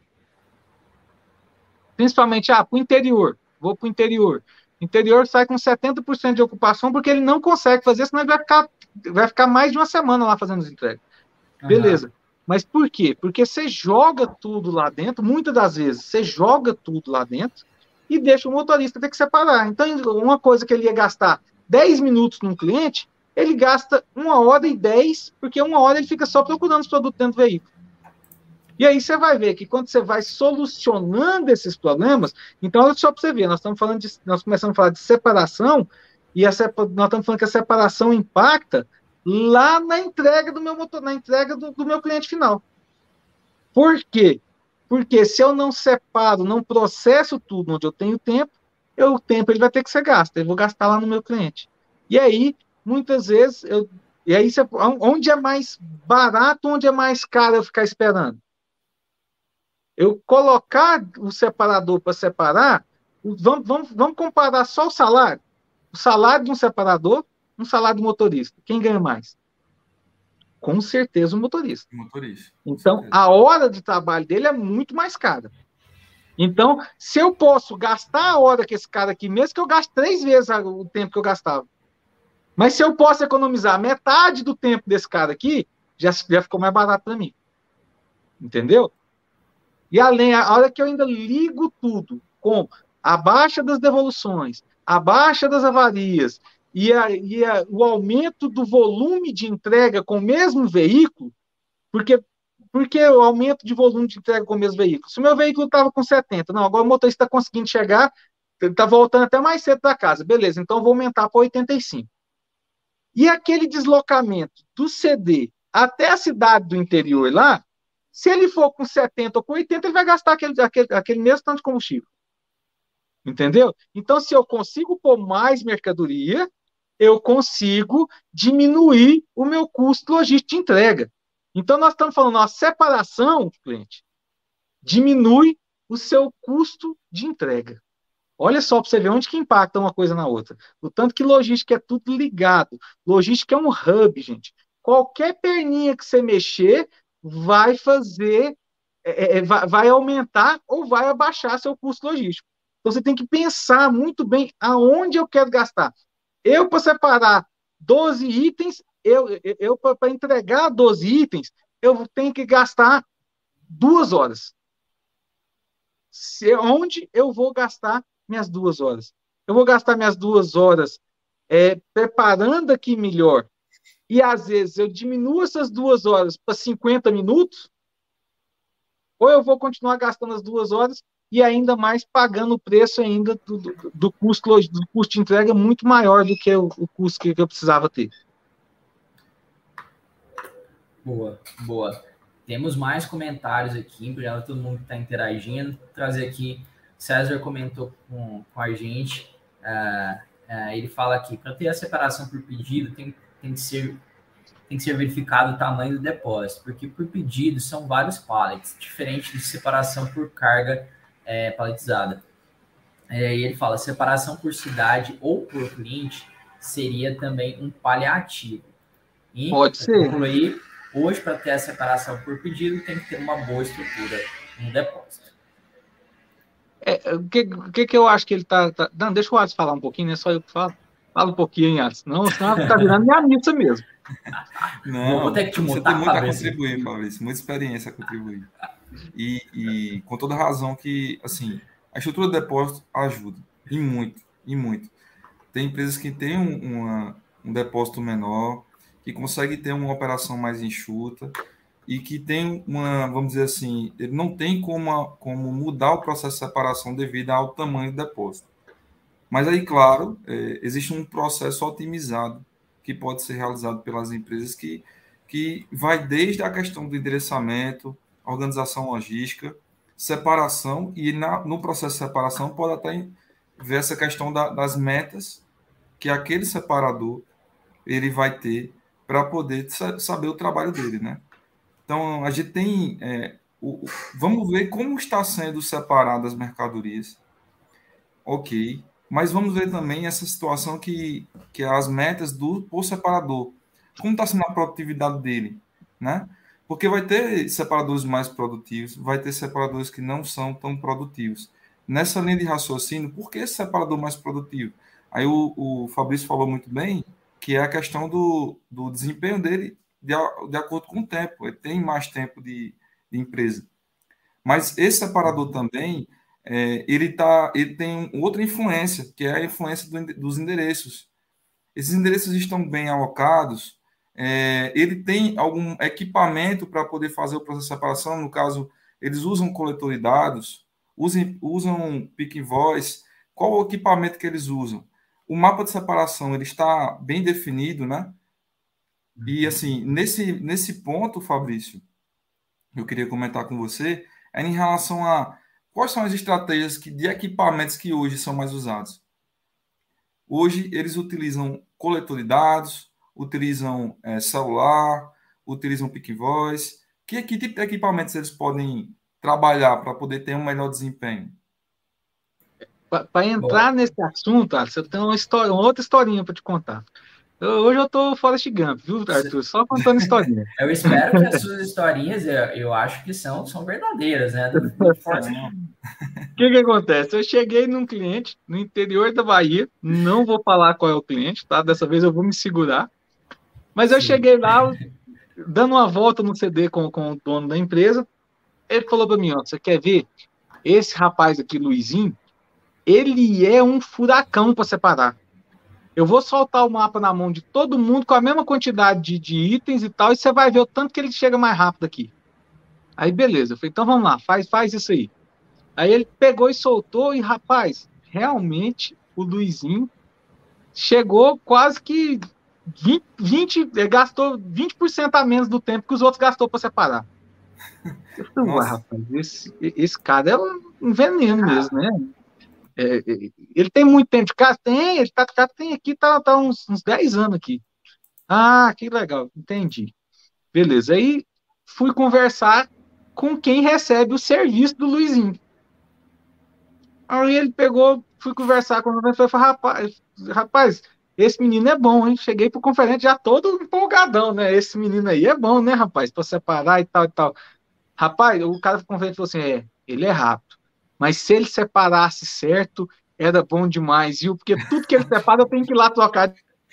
Principalmente, para o interior. Vou para o interior. O interior sai com 70% de ocupação porque ele não consegue fazer, senão ele vai ficar mais de uma semana lá fazendo as entregas. Beleza. Mas por quê? Porque você joga tudo lá dentro, muitas das vezes, você joga tudo lá dentro e deixa o motorista ter que separar. Então, uma coisa que ele ia gastar 10 minutos num cliente, ele gasta 1h10, porque 1 hora ele fica só procurando os produtos dentro do veículo. E aí você vai ver que quando você vai solucionando esses problemas, então, olha só para você ver, nós começamos a falar de separação, e nós estamos falando que a separação impacta lá na entrega do meu motor, na entrega do meu cliente final. Por quê? Porque se eu não separo, não processo tudo onde eu tenho tempo, o tempo ele vai ter que ser gasto, eu vou gastar lá no meu cliente. E aí, muitas vezes, onde é mais barato, onde é mais caro eu ficar esperando? Eu colocar o separador para separar, vamos comparar só o salário. O salário de um separador, um salário do motorista. Quem ganha mais? Com certeza o motorista. Então, a hora de trabalho dele é muito mais cara. Então, se eu posso gastar a hora que esse cara aqui, mesmo que eu gaste 3 vezes o tempo que eu gastava, mas se eu posso economizar metade do tempo desse cara aqui, já ficou mais barato para mim. Entendeu? E além, a hora que eu ainda ligo tudo com a baixa das devoluções, a baixa das avarias o aumento do volume de entrega com o mesmo veículo, porque o aumento de volume de entrega com o mesmo veículo. Se o meu veículo estava com 70, não, agora o motorista está conseguindo chegar, está voltando até mais cedo da casa, beleza, então vou aumentar para 85. E aquele deslocamento do CD até a cidade do interior lá, se ele for com 70 ou com 80, ele vai gastar aquele mesmo tanto de combustível. Entendeu? Então, se eu consigo pôr mais mercadoria, eu consigo diminuir o meu custo logístico de entrega. Então, nós estamos falando, a separação, cliente, diminui o seu custo de entrega. Olha só para você ver onde que impacta uma coisa na outra. O tanto que logística é tudo ligado. Logística é um hub, gente. Qualquer perninha que você mexer vai fazer, vai aumentar ou vai abaixar seu custo logístico. Então, você tem que pensar muito bem aonde eu quero gastar. Para separar 12 itens, para entregar 12 itens, eu tenho que gastar 2 horas. Onde eu vou gastar minhas 2 horas? Eu vou gastar minhas 2 horas preparando aqui melhor. E, às vezes, eu diminuo essas 2 horas para 50 minutos, ou eu vou continuar gastando as 2 horas e ainda mais pagando o preço ainda do custo de entrega muito maior do que o custo que eu precisava ter. Boa, boa. Temos mais comentários aqui, para todo mundo que está interagindo. Vou trazer aqui, César comentou com a gente, ele fala aqui, para ter a separação por pedido, tem que ser verificado o tamanho do depósito, porque por pedido são vários pallets, diferente de separação por carga paletizada. E ele fala, separação por cidade ou por cliente seria também um paliativo. E, pode ser. Concluir, hoje, para ter a separação por pedido, tem que ter uma boa estrutura no depósito. O que eu acho que ele está... Não, deixa o Alisson falar um pouquinho, né? Só eu que falo. Fala um pouquinho, hein, Alisson. Senão está virando minha missa mesmo. Não, vou ter que te mutar, você tem muito a contribuir, Fabrício. Muita experiência a contribuir. E com toda razão que, assim, a estrutura do depósito ajuda. E muito. Tem empresas que têm um depósito menor, que consegue ter uma operação mais enxuta e que tem vamos dizer assim, ele não tem como mudar o processo de separação devido ao tamanho do depósito. Mas aí, claro, existe um processo otimizado que pode ser realizado pelas empresas que vai desde a questão do endereçamento, organização logística, separação, e no processo de separação pode até ver essa questão das metas que aquele separador ele vai ter para poder saber o trabalho dele, né? Então, a gente tem... vamos ver como está sendo separadas as mercadorias. Ok. Mas vamos ver também essa situação que as metas por separador. Como está sendo a produtividade dele, né? Porque vai ter separadores mais produtivos, vai ter separadores que não são tão produtivos. Nessa linha de raciocínio, por que esse separador mais produtivo? Aí o Fabrício falou muito bem, que é a questão do desempenho dele de acordo com o tempo. Ele tem mais tempo de empresa. Mas esse separador também, ele tem outra influência, que é a influência dos endereços. Esses endereços estão bem alocados, ele tem algum equipamento para poder fazer o processo de separação. No caso, eles usam coletor de dados, usam pick voice. Qual o equipamento que eles usam? O mapa de separação ele está bem definido, né? E, assim, nesse ponto, Fabrício, eu queria comentar com você, em relação a quais são as estratégias de equipamentos que hoje são mais usados. Hoje, eles utilizam coletor de dados, utilizam celular, utilizam pick voice. Que tipo de equipamentos eles podem trabalhar para poder ter um melhor desempenho? Para entrar nesse assunto, Alisson, eu tenho uma outra historinha para te contar. Hoje eu tô Forrest Gump, viu, Arthur? Só contando historinha. Eu espero que as suas historinhas, eu acho que são verdadeiras, né? O que acontece? Eu cheguei num cliente no interior da Bahia, não vou falar qual é o cliente, tá? Dessa vez eu vou me segurar. Mas eu cheguei lá, dando uma volta no CD com o dono da empresa, ele falou para mim, ó, você quer ver? Esse rapaz aqui, Luizinho, ele é um furacão para separar. eu vou soltar o mapa na mão de todo mundo com a mesma quantidade de itens e tal, e você vai ver o tanto que ele chega mais rápido aqui. Aí, beleza. Eu falei, então vamos lá, faz isso aí. Aí ele pegou e soltou, e rapaz, realmente o Luizinho chegou quase que 20 gastou 20% a menos do tempo que os outros gastou para separar. Eu falei, ué, rapaz, esse cara é um veneno mesmo, né? Ele tem muito tempo de casa? Tem, ele tem aqui, tá uns 10 anos aqui. Ah, que legal, entendi. Beleza, aí fui conversar com quem recebe o serviço do Luizinho. Aí ele pegou, fui conversar com ele e falei, rapaz, esse menino é bom, hein? Cheguei pro conferente já todo empolgadão, né? Esse menino aí é bom, né, rapaz? Para separar e tal e tal. Rapaz, o cara do conferente falou assim, ele é rápido. Mas se ele separasse certo, era bom demais, viu? Porque tudo que ele separa, eu tenho que ir lá trocar.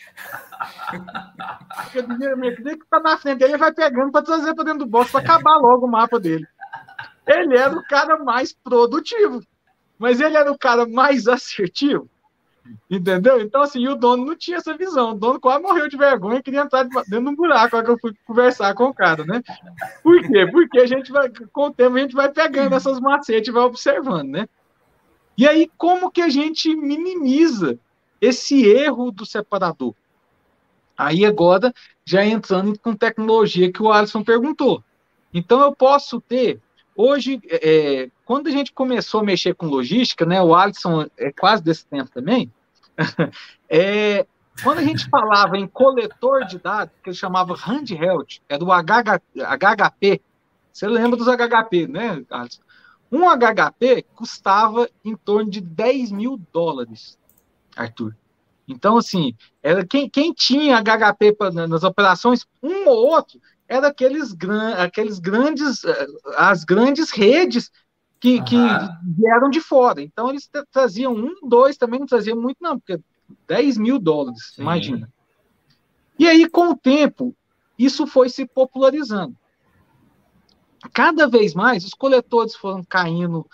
Porque o que tá na frente dele, ele vai pegando para trazer para dentro do box, para acabar logo o mapa dele. Ele era o cara mais produtivo, mas ele era o cara mais assertivo, entendeu? Então, assim, o dono não tinha essa visão. O dono quase morreu de vergonha e queria entrar dentro de um buraco quando eu fui conversar com o cara, né? Por quê? Porque a gente vai, com o tempo, a gente vai pegando essas macetes e vai observando, né? E aí, como que a gente minimiza esse erro do separador? Aí agora, já entrando com tecnologia que o Alisson perguntou. Então, eu posso ter, hoje, quando a gente começou a mexer com logística, né, o Alisson é quase desse tempo também, quando a gente falava em coletor de dados, que ele chamava handheld, é do HHP, você lembra dos HHP, né, Alisson? Um HHP custava em torno de $10 mil, Arthur. Então, assim, era quem tinha HHP nas operações, um ou outro, era as grandes redes que vieram de fora. Então, eles traziam dois, também não traziam muito, não, porque $10 mil, sim. Imagina. E aí, com o tempo, isso foi se popularizando. Cada vez mais, os coletores foram caindo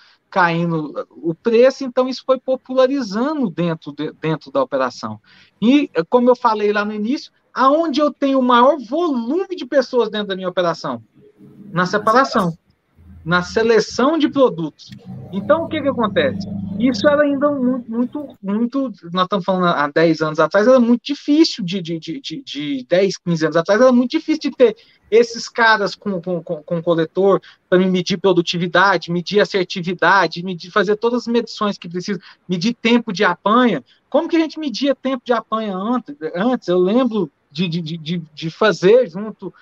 o preço, então isso foi popularizando dentro da operação. E, como eu falei lá no início, aonde eu tenho o maior volume de pessoas dentro da minha operação? Na separação, na seleção de produtos. Então, o que acontece? Isso era ainda muito, nós estamos falando há 10 anos atrás, era muito difícil, de 10, 15 anos atrás, era muito difícil de ter esses caras com coletor para medir produtividade, medir assertividade, fazer todas as medições que precisa, medir tempo de apanha. Como que a gente media tempo de apanha antes? Eu lembro de fazer junto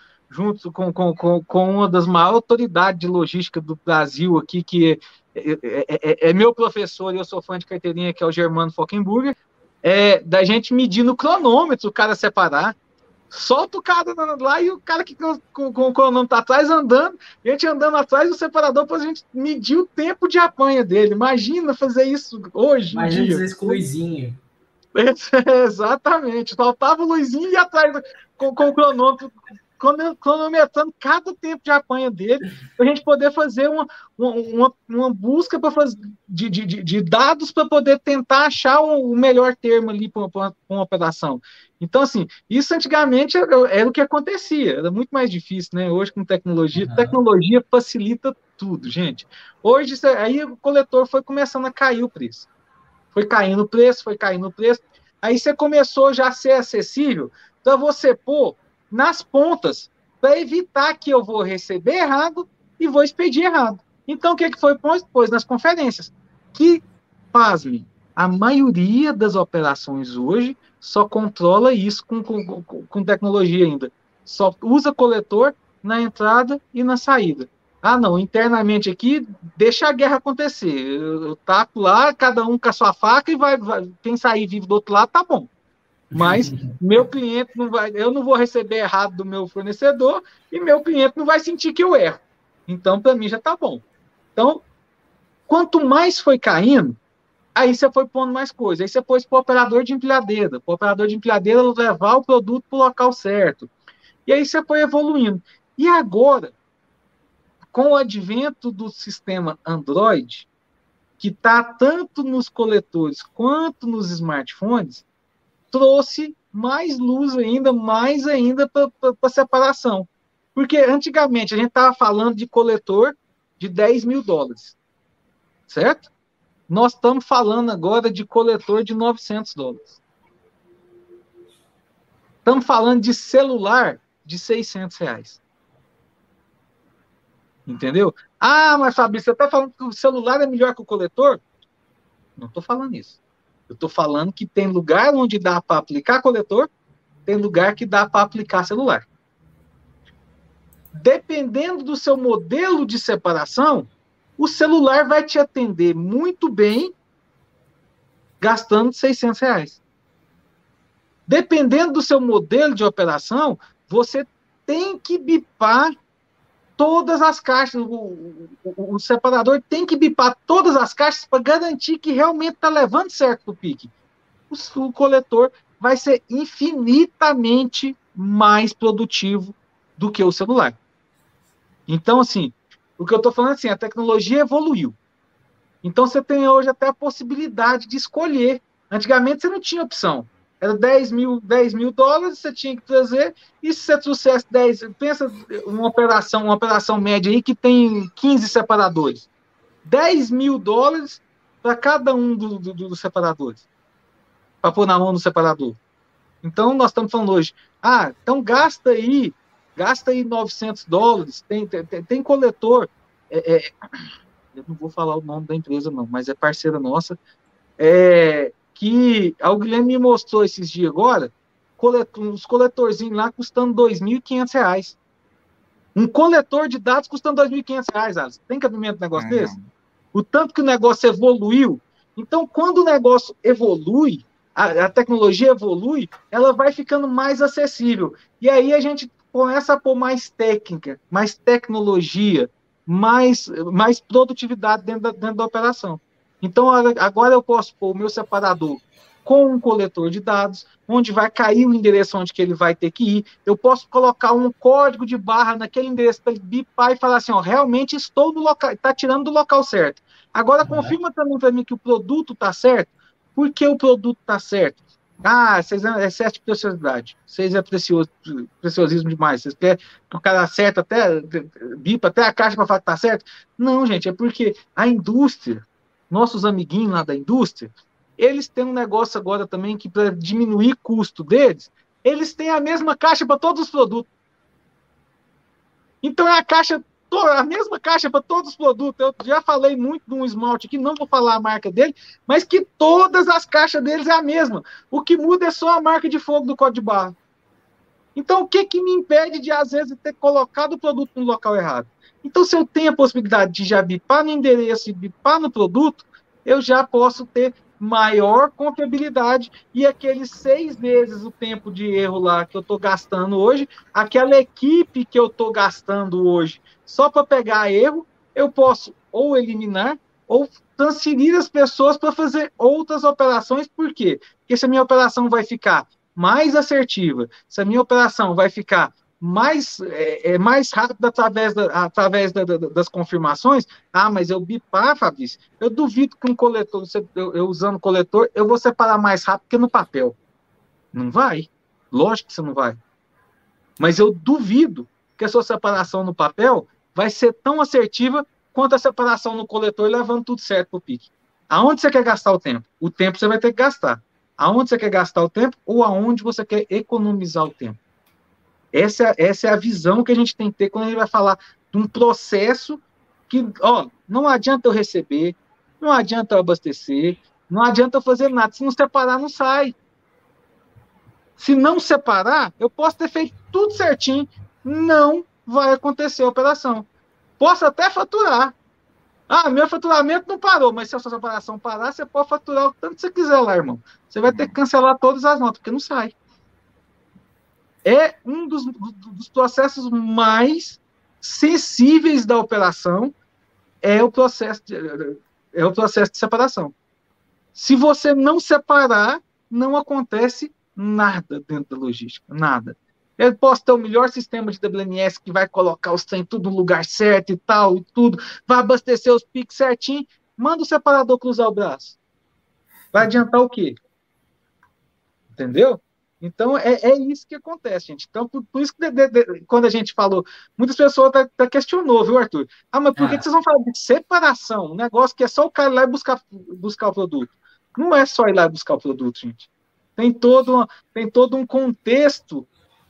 com uma das maiores autoridades de logística do Brasil aqui, que é meu professor e eu sou fã de carteirinha, que é o Germano Fockenburger, da gente medir no cronômetro o cara separar. Solta o cara lá e o cara que com o cronômetro atrás andando, a gente andando atrás do separador para a gente medir o tempo de apanha dele. Imagina fazer isso hoje. Imagina fazer isso com o Luizinho. Exatamente. Faltava o Luizinho e atrás com o cronômetro, cronometrando cada tempo de apanha dele, para a gente poder fazer uma busca de dados para poder tentar achar o melhor termo ali para uma operação. Então, assim, isso antigamente era o que acontecia, era muito mais difícil, né? Hoje, com tecnologia, tecnologia facilita tudo, gente. Hoje, aí o coletor foi começando a cair o preço. Foi caindo o preço. Aí você começou já a ser acessível para você pôr nas pontas, para evitar que eu vou receber errado e vou expedir errado. Então, o que foi pôs nas conferências? Que, pasme, a maioria das operações hoje só controla isso com tecnologia ainda. Só usa coletor na entrada e na saída. Ah, não, internamente aqui, deixa a guerra acontecer. Eu taco lá, cada um com a sua faca e vai quem sair vivo do outro lado, tá bom. Mas meu cliente eu não vou receber errado do meu fornecedor e meu cliente não vai sentir que eu erro. Então, para mim, já tá bom. Então, quanto mais foi caindo, aí você foi pondo mais coisa. Aí você pôs para o operador de empilhadeira. Para o operador de empilhadeira levar o produto para o local certo. E aí você foi evoluindo. E agora, com o advento do sistema Android, que está tanto nos coletores quanto nos smartphones, trouxe mais luz ainda, mais ainda para a separação. Porque antigamente a gente estava falando de coletor de $10.000, certo? Nós estamos falando agora de coletor de $900. Estamos falando de celular de R$600. Entendeu? Ah, mas Fabrício, você está falando que o celular é melhor que o coletor? Não estou falando isso. Eu estou falando que tem lugar onde dá para aplicar coletor, tem lugar que dá para aplicar celular. Dependendo do seu modelo de separação, o celular vai te atender muito bem gastando R$600. Dependendo do seu modelo de operação, você tem que bipar todas as caixas. O separador tem que bipar todas as caixas para garantir que realmente está levando certo o pique. O coletor vai ser infinitamente mais produtivo do que o celular. Então, assim, o que eu estou falando é assim, a tecnologia evoluiu. Então, você tem hoje até a possibilidade de escolher. Antigamente, você não tinha opção. Era $10.000, você tinha que trazer, e se você trouxesse 10, pensa uma operação média aí que tem 15 separadores. $10.000 para cada um dos separadores, para pôr na mão do separador. Então, nós estamos falando hoje, então gasta aí $900, tem coletor, eu não vou falar o nome da empresa não, mas é parceira nossa, que o Guilherme me mostrou esses dias agora, os coletorzinhos lá custando R$2.500. Um coletor de dados custando R$2.500, Alisson. Tem cabimento um negócio desse? O tanto que o negócio evoluiu. Então, quando o negócio evolui, a tecnologia evolui, ela vai ficando mais acessível. E aí a gente começa a pôr mais técnica, mais tecnologia, mais produtividade dentro da operação. Então, agora eu posso pôr o meu separador com um coletor de dados, onde vai cair o endereço onde que ele vai ter que ir. Eu posso colocar um código de barra naquele endereço para ele bipar e falar assim, realmente estou no local, está tirando do local certo. Agora, confirma também para mim que o produto está certo. Por que o produto está certo? Vocês é excesso de preciosidade. Vocês é preciosismo demais. Vocês querem que o cara acerta bipa até a caixa para falar que está certo? Não, gente, é porque a indústria, nossos amiguinhos lá da indústria, eles têm um negócio agora também que, para diminuir o custo deles, eles têm a mesma caixa para todos os produtos. Então, é a mesma caixa para todos os produtos. Eu já falei muito de um esmalte aqui, não vou falar a marca dele, mas que todas as caixas deles é a mesma. O que muda é só a marca de fogo do código de barra. Então, o que me impede de, às vezes, ter colocado o produto no local errado? Então, se eu tenho a possibilidade de já bipar no endereço e bipar no produto, eu já posso ter maior confiabilidade e aqueles 6 vezes o tempo de erro lá que eu estou gastando hoje, aquela equipe que eu estou gastando hoje só para pegar erro, eu posso ou eliminar ou transferir as pessoas para fazer outras operações. Por quê? Porque se a minha operação vai ficar mais assertiva, se a minha operação vai ficar mais rápido através das confirmações, mas eu bipar, Fabrício, eu duvido que um coletor, eu usando coletor, eu vou separar mais rápido que no papel. Não vai. Lógico que você não vai. Mas eu duvido que a sua separação no papel vai ser tão assertiva quanto a separação no coletor, levando tudo certo para o pique. Aonde você quer gastar o tempo? O tempo você vai ter que gastar. Aonde você quer gastar o tempo ou aonde você quer economizar o tempo? Essa é a visão que a gente tem que ter quando a gente vai falar de um processo que, não adianta eu receber, não adianta eu abastecer, não adianta eu fazer nada. Se não separar, não sai. Se não separar, eu posso ter feito tudo certinho, não vai acontecer a operação. Posso até faturar. Meu faturamento não parou, mas se a sua separação parar, você pode faturar o tanto que você quiser lá, irmão. Você vai ter que cancelar todas as notas, porque não sai. É um dos processos mais sensíveis da operação, é o processo de separação. Se você não separar, não acontece nada dentro da logística, nada. Eu posso ter o melhor sistema de WMS que vai colocar os trem tudo no lugar certo e tal, e tudo, vai abastecer os piques certinho, manda o separador cruzar o braço. Vai adiantar o quê? Entendeu? Então, é isso que acontece, gente. Então, por isso que quando a gente falou, muitas pessoas até questionou, viu, Arthur? Mas por que vocês vão falar de separação? Um negócio que é só o cara ir lá e buscar o produto. Não é só ir lá e buscar o produto, gente. Tem todo um contexto,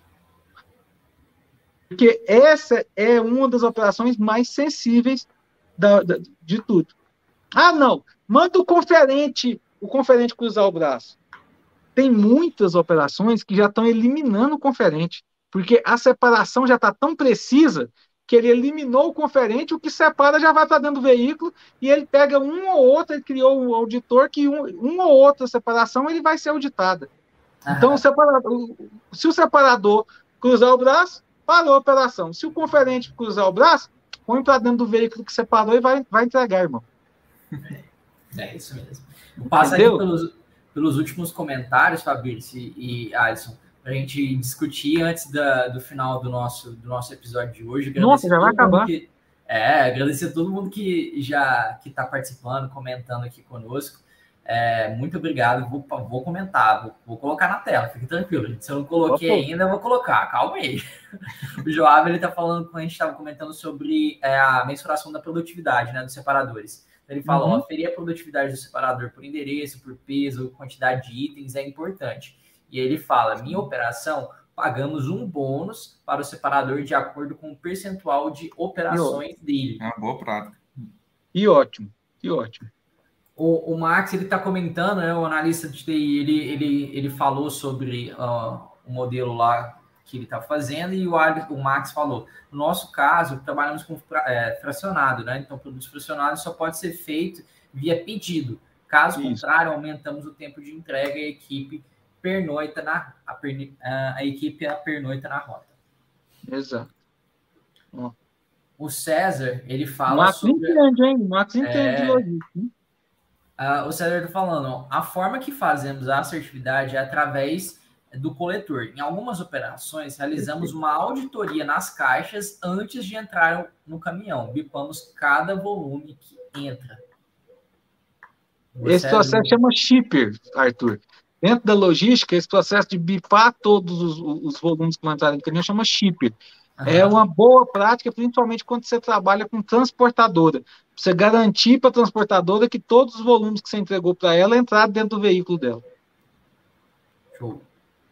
porque essa é uma das operações mais sensíveis de tudo. Não, manda o conferente cruzar o braço. Tem muitas operações que já estão eliminando o conferente, porque a separação já está tão precisa que ele eliminou o conferente, o que separa já vai para dentro do veículo, e ele pega um ou outro, ele criou um auditor que uma ou outra separação ele vai ser auditada. Então, se o separador cruzar o braço, parou a operação. Se o conferente cruzar o braço, põe para dentro do veículo que separou e vai entregar, irmão. É isso mesmo. Passa aqui pelos últimos comentários, Fabrício e Alisson, para a gente discutir antes do final do nosso episódio de hoje. Nossa, já vai acabar. Agradecer a todo mundo que está participando, comentando aqui conosco. Muito obrigado. Vou comentar, vou colocar na tela, fique tranquilo, gente. Se eu não coloquei ainda, eu vou colocar, calma aí. O Joab, ele está falando, quando a gente estava comentando sobre a mensuração da produtividade, né, dos separadores. Ele fala, aferir a produtividade do separador por endereço, por peso, quantidade de itens é importante. E ele fala, minha operação, pagamos um bônus para o separador de acordo com o percentual de operações dele. É uma boa prática. E ótimo. O Max, ele está comentando, né, o analista de TI, ele falou sobre o modelo lá que ele está fazendo, e o Max falou, no nosso caso, trabalhamos com fracionado, né? Então, produtos fracionados só pode ser feito via pedido. Caso contrário, aumentamos o tempo de entrega e a equipe pernoita na rota. Exato. O César, ele fala Max sobre... entende, hein? Max entende logística. O César está falando, a forma que fazemos a assertividade é através do coletor. Em algumas operações, realizamos uma auditoria nas caixas antes de entrar no caminhão. Bipamos cada volume que entra. Esse processo chama shipper, Arthur. Dentro da logística, esse processo de bipar todos os volumes que vão entrar no caminhão chama shipper. É uma boa prática, principalmente quando você trabalha com transportadora. Você garantir para a transportadora que todos os volumes que você entregou para ela entraram dentro do veículo dela. Show.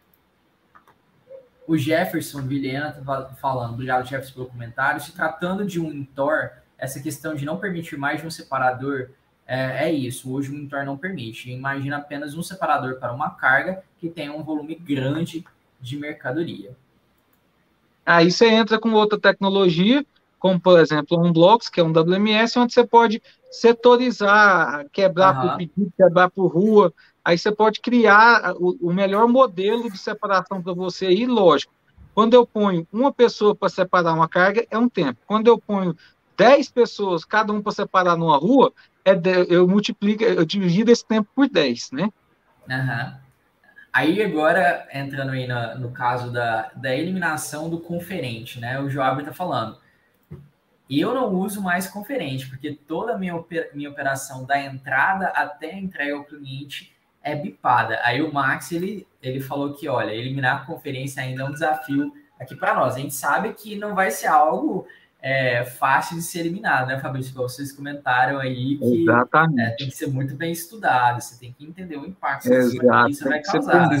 O Jefferson Vilhena está falando, obrigado, Jefferson, pelo comentário. Se tratando de um Intor, essa questão de não permitir mais de um separador, é isso. Hoje o Intor não permite. Imagina apenas um separador para uma carga que tenha um volume grande de mercadoria. Aí você entra com outra tecnologia, como, por exemplo, um Blocks, que é um WMS, onde você pode setorizar, quebrar por pedido, quebrar por rua. Aí você pode criar o melhor modelo de separação para você aí, lógico. Quando eu ponho uma pessoa para separar uma carga, é um tempo. Quando eu ponho 10 pessoas, cada um para separar numa rua, eu divido esse tempo por 10, né? Aí agora, entrando aí no caso da eliminação do conferente, né? O Joab está falando, eu não uso mais conferente, porque toda a minha operação da entrada até a entrega ao cliente é bipada. Aí o Max, ele falou que, olha, eliminar a conferência ainda é um desafio aqui para nós. A gente sabe que não vai ser algo fácil de ser eliminado, né, Fabrício? Vocês comentaram aí que tem que ser muito bem estudado, você tem que entender o impacto que isso vai causar.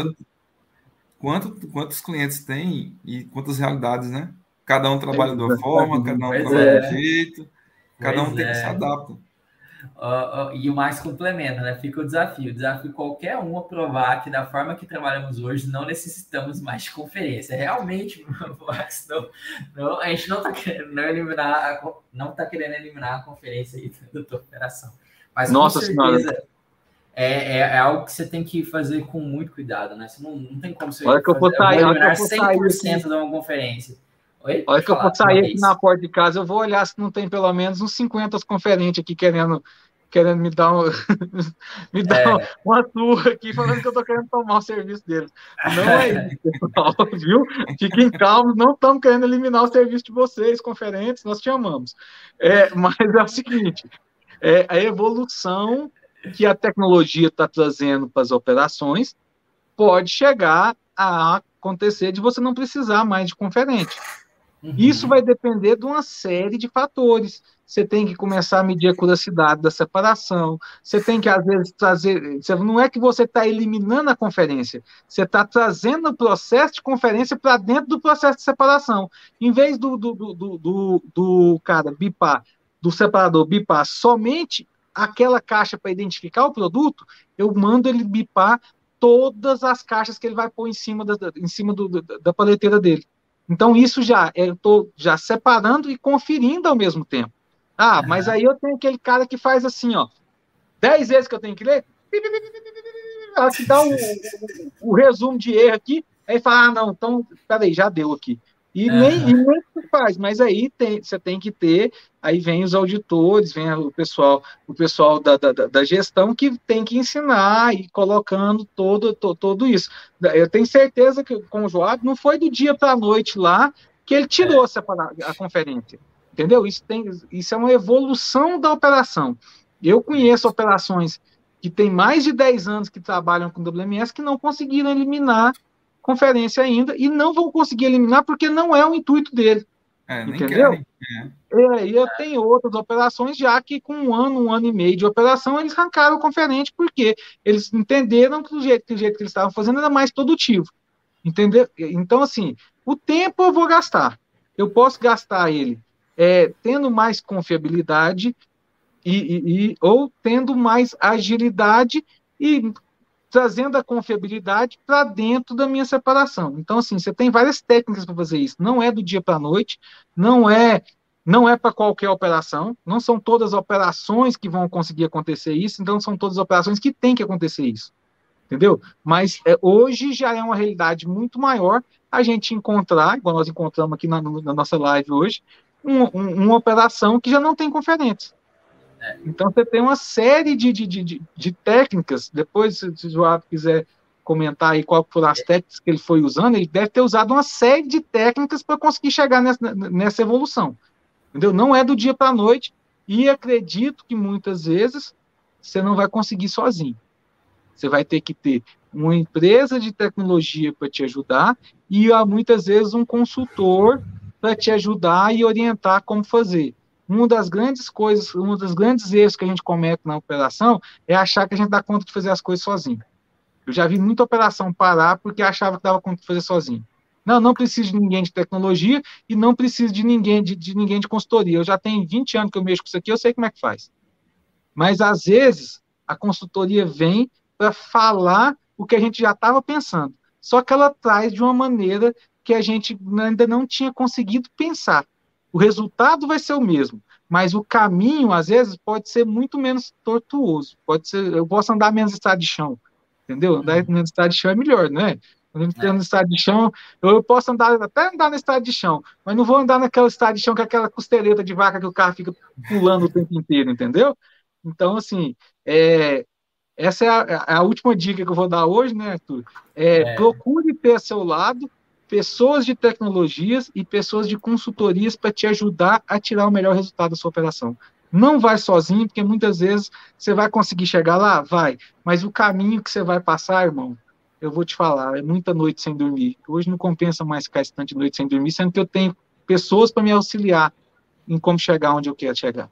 Quantos clientes tem e quantas realidades, né? Cada um trabalha de uma forma, cada um trabalha de um jeito, cada um tem que se adaptar. E o mais complementa, né? Fica o desafio qualquer um a provar que da forma que trabalhamos hoje não necessitamos mais de conferência. Realmente, a gente não está querendo eliminar a conferência aí da tua operação. Mas Nossa, com certeza é algo que você tem que fazer com muito cuidado, né? Você não tem como você eliminar 100% de uma conferência. Oi? Olha que eu vou sair aqui na porta de casa, eu vou olhar se não tem pelo menos uns 50 conferentes aqui querendo me dar, uma surra aqui, falando que eu tô querendo tomar o serviço deles. Não é isso, pessoal, viu? Fiquem calmos, não estamos querendo eliminar o serviço de vocês, conferentes, nós te amamos. Mas é o seguinte, a evolução que a tecnologia está trazendo para as operações, pode chegar a acontecer de você não precisar mais de conferente. Isso vai depender de uma série de fatores. Você tem que começar a medir a curiosidade da separação. Você tem que, às vezes, trazer. Não é que você está eliminando a conferência, você está trazendo o processo de conferência para dentro do processo de separação. Em vez do cara bipar, do separador bipar somente aquela caixa para identificar o produto, eu mando ele bipar todas as caixas que ele vai pôr em cima da paleteira dele. Então, isso eu estou já separando e conferindo ao mesmo tempo. Mas aí eu tenho aquele cara que faz assim, 10 vezes que eu tenho que ler, ela te dá o resumo de erro aqui, aí fala, não, então, peraí, já deu aqui. E nem faz, mas aí você tem que ter, aí vem os auditores, vem o pessoal da gestão que tem que ensinar e colocando todo isso. Eu tenho certeza que com o Joab não foi do dia para a noite lá que ele tirou a conferência, entendeu? Isso é uma evolução da operação. Eu conheço operações que têm mais de 10 anos que trabalham com WMS que não conseguiram eliminar conferência ainda, e não vão conseguir eliminar porque não é o intuito dele. Entendeu? E eu tenho outras operações já que com um ano e meio de operação, eles arrancaram a conferente porque eles entenderam que o jeito que eles estavam fazendo era mais produtivo. Entendeu? Então, assim, o tempo eu vou gastar. Eu posso gastar ele tendo mais confiabilidade ou tendo mais agilidade e trazendo a confiabilidade para dentro da minha separação. Então, assim, você tem várias técnicas para fazer isso. Não é do dia para a noite, não é para qualquer operação, não são todas as operações que vão conseguir acontecer isso, então são todas as operações que tem que acontecer isso. Entendeu? Mas hoje já é uma realidade muito maior a gente encontrar, igual nós encontramos aqui na nossa live hoje, uma operação que já não tem conferência. Então, você tem uma série de técnicas. Depois, se o Joab quiser comentar aí qual foram as técnicas que ele foi usando, ele deve ter usado uma série de técnicas para conseguir chegar nessa evolução. Entendeu? Não é do dia para a noite, e acredito que muitas vezes você não vai conseguir sozinho. Você vai ter que ter uma empresa de tecnologia para te ajudar e, muitas vezes, um consultor para te ajudar e orientar como fazer. Uma das grandes erros que a gente comete na operação é achar que a gente dá conta de fazer as coisas sozinho. Eu já vi muita operação parar porque achava que dava conta de fazer sozinho. Não preciso de ninguém de tecnologia e não preciso de ninguém de consultoria. Eu já tenho 20 anos que eu mexo com isso aqui, eu sei como é que faz. Mas, às vezes, a consultoria vem para falar o que a gente já estava pensando. Só que ela traz de uma maneira que a gente ainda não tinha conseguido pensar. O resultado vai ser o mesmo, mas o caminho, às vezes, pode ser muito menos tortuoso. Eu posso andar menos estrada de chão, entendeu? Andar menos estrada de chão é melhor, não é? No estado de chão, eu posso até andar na estrada de chão, mas não vou andar naquela estrada de chão com aquela costeleta de vaca que o carro fica pulando o tempo inteiro, entendeu? Então, assim, essa é a última dica que eu vou dar hoje, né, Arthur? Procure ter a seu lado pessoas de tecnologias e pessoas de consultorias para te ajudar a tirar o melhor resultado da sua operação. Não vai sozinho, porque muitas vezes você vai conseguir chegar lá? Vai. Mas o caminho que você vai passar, irmão, eu vou te falar, é muita noite sem dormir. Hoje não compensa mais ficar esse tanto de noite sem dormir, sendo que eu tenho pessoas para me auxiliar em como chegar onde eu quero chegar.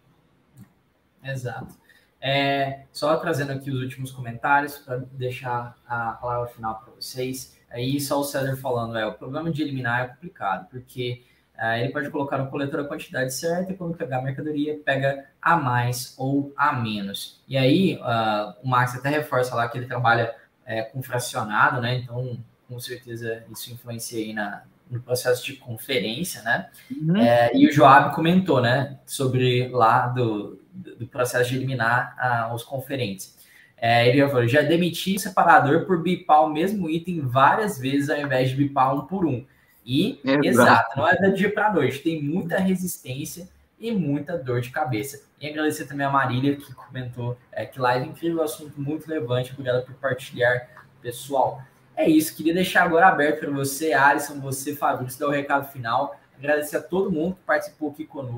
Exato. Só trazendo aqui os últimos comentários para deixar a palavra final para vocês. Aí só o César falando, o problema de eliminar é complicado, porque ele pode colocar no coletor a quantidade certa e quando pegar a mercadoria, pega a mais ou a menos. E aí, o Max até reforça lá que ele trabalha com fracionado, né? Então, com certeza, isso influencia aí no processo de conferência, né? E o Joab comentou, né, sobre lá do processo de eliminar os conferentes. Ele falou, já demiti o separador por bipar o mesmo item várias vezes ao invés de bipar um por um. E, exato, não é do dia para a noite, tem muita resistência e muita dor de cabeça. E agradecer também a Marília, que comentou que live incrível, assunto muito relevante, obrigado por partilhar, pessoal. É isso, queria deixar agora aberto para você, Alisson, você, Fabrício, dar o recado final, agradecer a todo mundo que participou aqui conosco,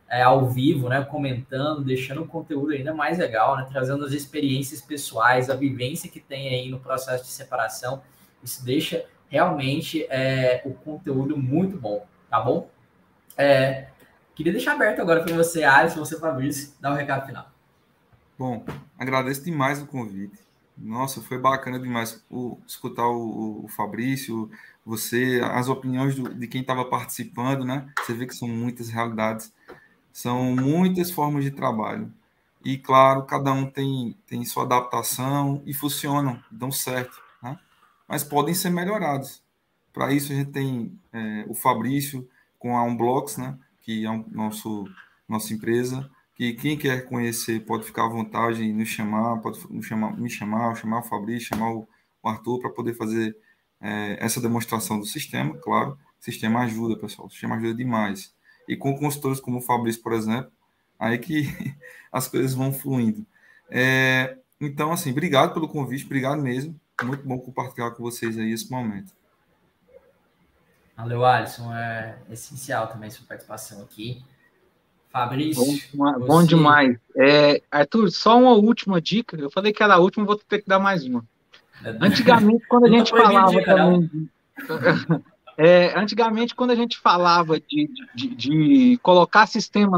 ao vivo, né, comentando, deixando o conteúdo ainda mais legal, né, trazendo as experiências pessoais, a vivência que tem aí no processo de separação. Isso deixa realmente o conteúdo muito bom, tá bom? Queria deixar aberto agora para você, Alisson, você, Fabrício, dar um recado final. Bom, agradeço demais o convite. Nossa, foi bacana demais escutar o Fabrício, você, as opiniões de quem estava participando, né? Você vê que são muitas realidades, são muitas formas de trabalho. E, claro, cada um tem sua adaptação e funcionam, dão certo, né? Mas podem ser melhorados. Para isso, a gente tem o Fabrício com a Unblocks, né? Que é nossa empresa, que quem quer conhecer pode ficar à vontade em nos chamar, pode me chamar o Fabrício, chamar o Arthur para poder fazer essa demonstração do sistema, claro. O sistema ajuda, pessoal, o sistema ajuda demais. E com consultores como o Fabrício, por exemplo, aí que as coisas vão fluindo. Então, assim, obrigado pelo convite, obrigado mesmo. Muito bom compartilhar com vocês aí esse momento. Valeu, Alisson. É essencial também sua participação aqui. Fabrício. Bom demais. Arthur, só uma última dica. Eu falei que era a última, vou ter que dar mais uma. Antigamente, quando a gente falava também. Antigamente, quando a gente falava de colocar sistema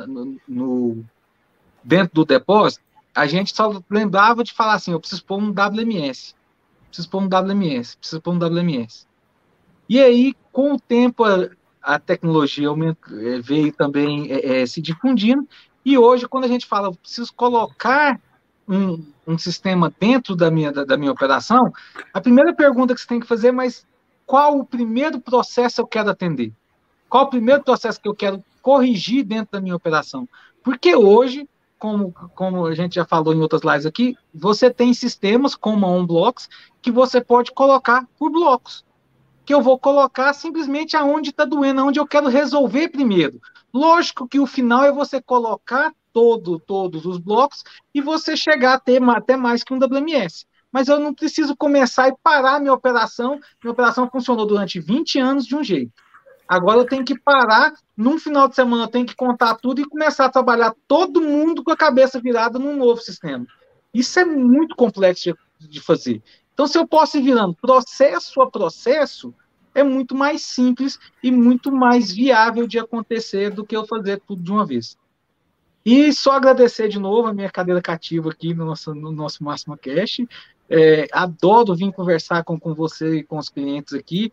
dentro do depósito, a gente só lembrava de falar assim: eu preciso pôr um WMS. Preciso pôr um WMS. E aí, com o tempo, a tecnologia veio também se difundindo, e hoje, quando a gente fala, eu preciso colocar um sistema dentro da minha operação, a primeira pergunta que você tem que fazer é, mas qual o primeiro processo eu quero atender? Qual o primeiro processo que eu quero corrigir dentro da minha operação? Porque hoje, como a gente já falou em outras lives aqui, você tem sistemas como a Unblocks que você pode colocar por blocos, que eu vou colocar simplesmente aonde está doendo, aonde eu quero resolver primeiro. Lógico que o final é você colocar todos os blocos e você chegar a ter até mais que um WMS. Mas eu não preciso começar e parar minha operação. Minha operação funcionou durante 20 anos de um jeito. Agora eu tenho que parar, num final de semana eu tenho que contar tudo e começar a trabalhar todo mundo com a cabeça virada num novo sistema. Isso é muito complexo de fazer. Então, se eu posso ir virando processo a processo, é muito mais simples e muito mais viável de acontecer do que eu fazer tudo de uma vez. E só agradecer de novo a minha cadeira cativa aqui no nosso Máxima Cash. Adoro vir conversar com você e com os clientes aqui.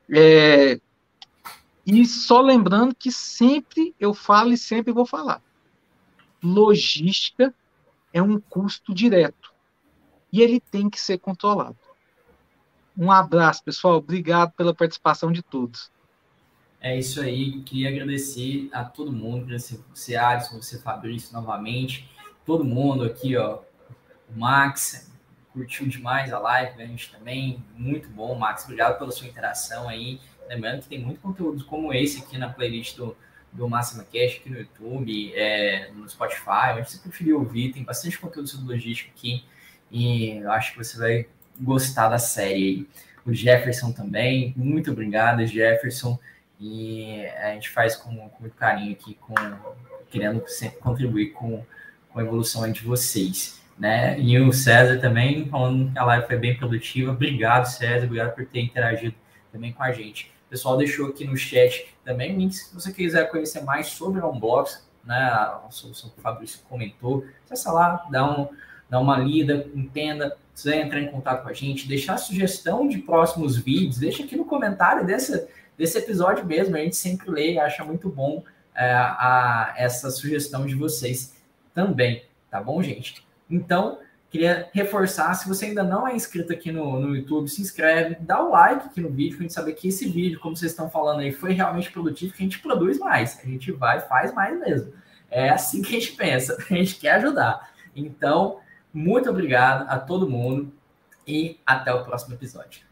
E só lembrando que sempre eu falo e sempre vou falar. Logística é um custo direto. E ele tem que ser controlado. Um abraço, pessoal. Obrigado pela participação de todos. É isso aí. Queria agradecer a todo mundo, agradecer você, Alisson, você, Fabrício, novamente. Todo mundo aqui, ó. O Max curtiu demais a live, a gente também. Muito bom, Max. Obrigado pela sua interação aí. Lembrando que tem muito conteúdo como esse aqui na playlist do Máxima Cash, aqui no YouTube, no Spotify, onde você preferir ouvir. Tem bastante conteúdo sobre logística aqui. E eu acho que você vai gostar da série aí. O Jefferson também, muito obrigado, Jefferson. E a gente faz com muito carinho aqui, querendo sempre contribuir com a evolução de vocês, né? E o César também, falando que a live foi bem produtiva. Obrigado, César, obrigado por ter interagido também com a gente. O pessoal deixou aqui no chat também links, se você quiser conhecer mais sobre a Unblocks, né? A solução que o Fabrício comentou, acessa lá, dá uma lida, entenda, se quiser entrar em contato com a gente, deixar sugestão de próximos vídeos, deixa aqui no comentário desse episódio mesmo, a gente sempre lê e acha muito bom essa sugestão de vocês também, tá bom, gente? Então, queria reforçar, se você ainda não é inscrito aqui no YouTube, se inscreve, dá o like aqui no vídeo, para a gente saber que esse vídeo, como vocês estão falando aí, foi realmente produtivo, que a gente produz mais, a gente vai e faz mais mesmo. É assim que a gente pensa, a gente quer ajudar. Então, muito obrigado a todo mundo e até o próximo episódio.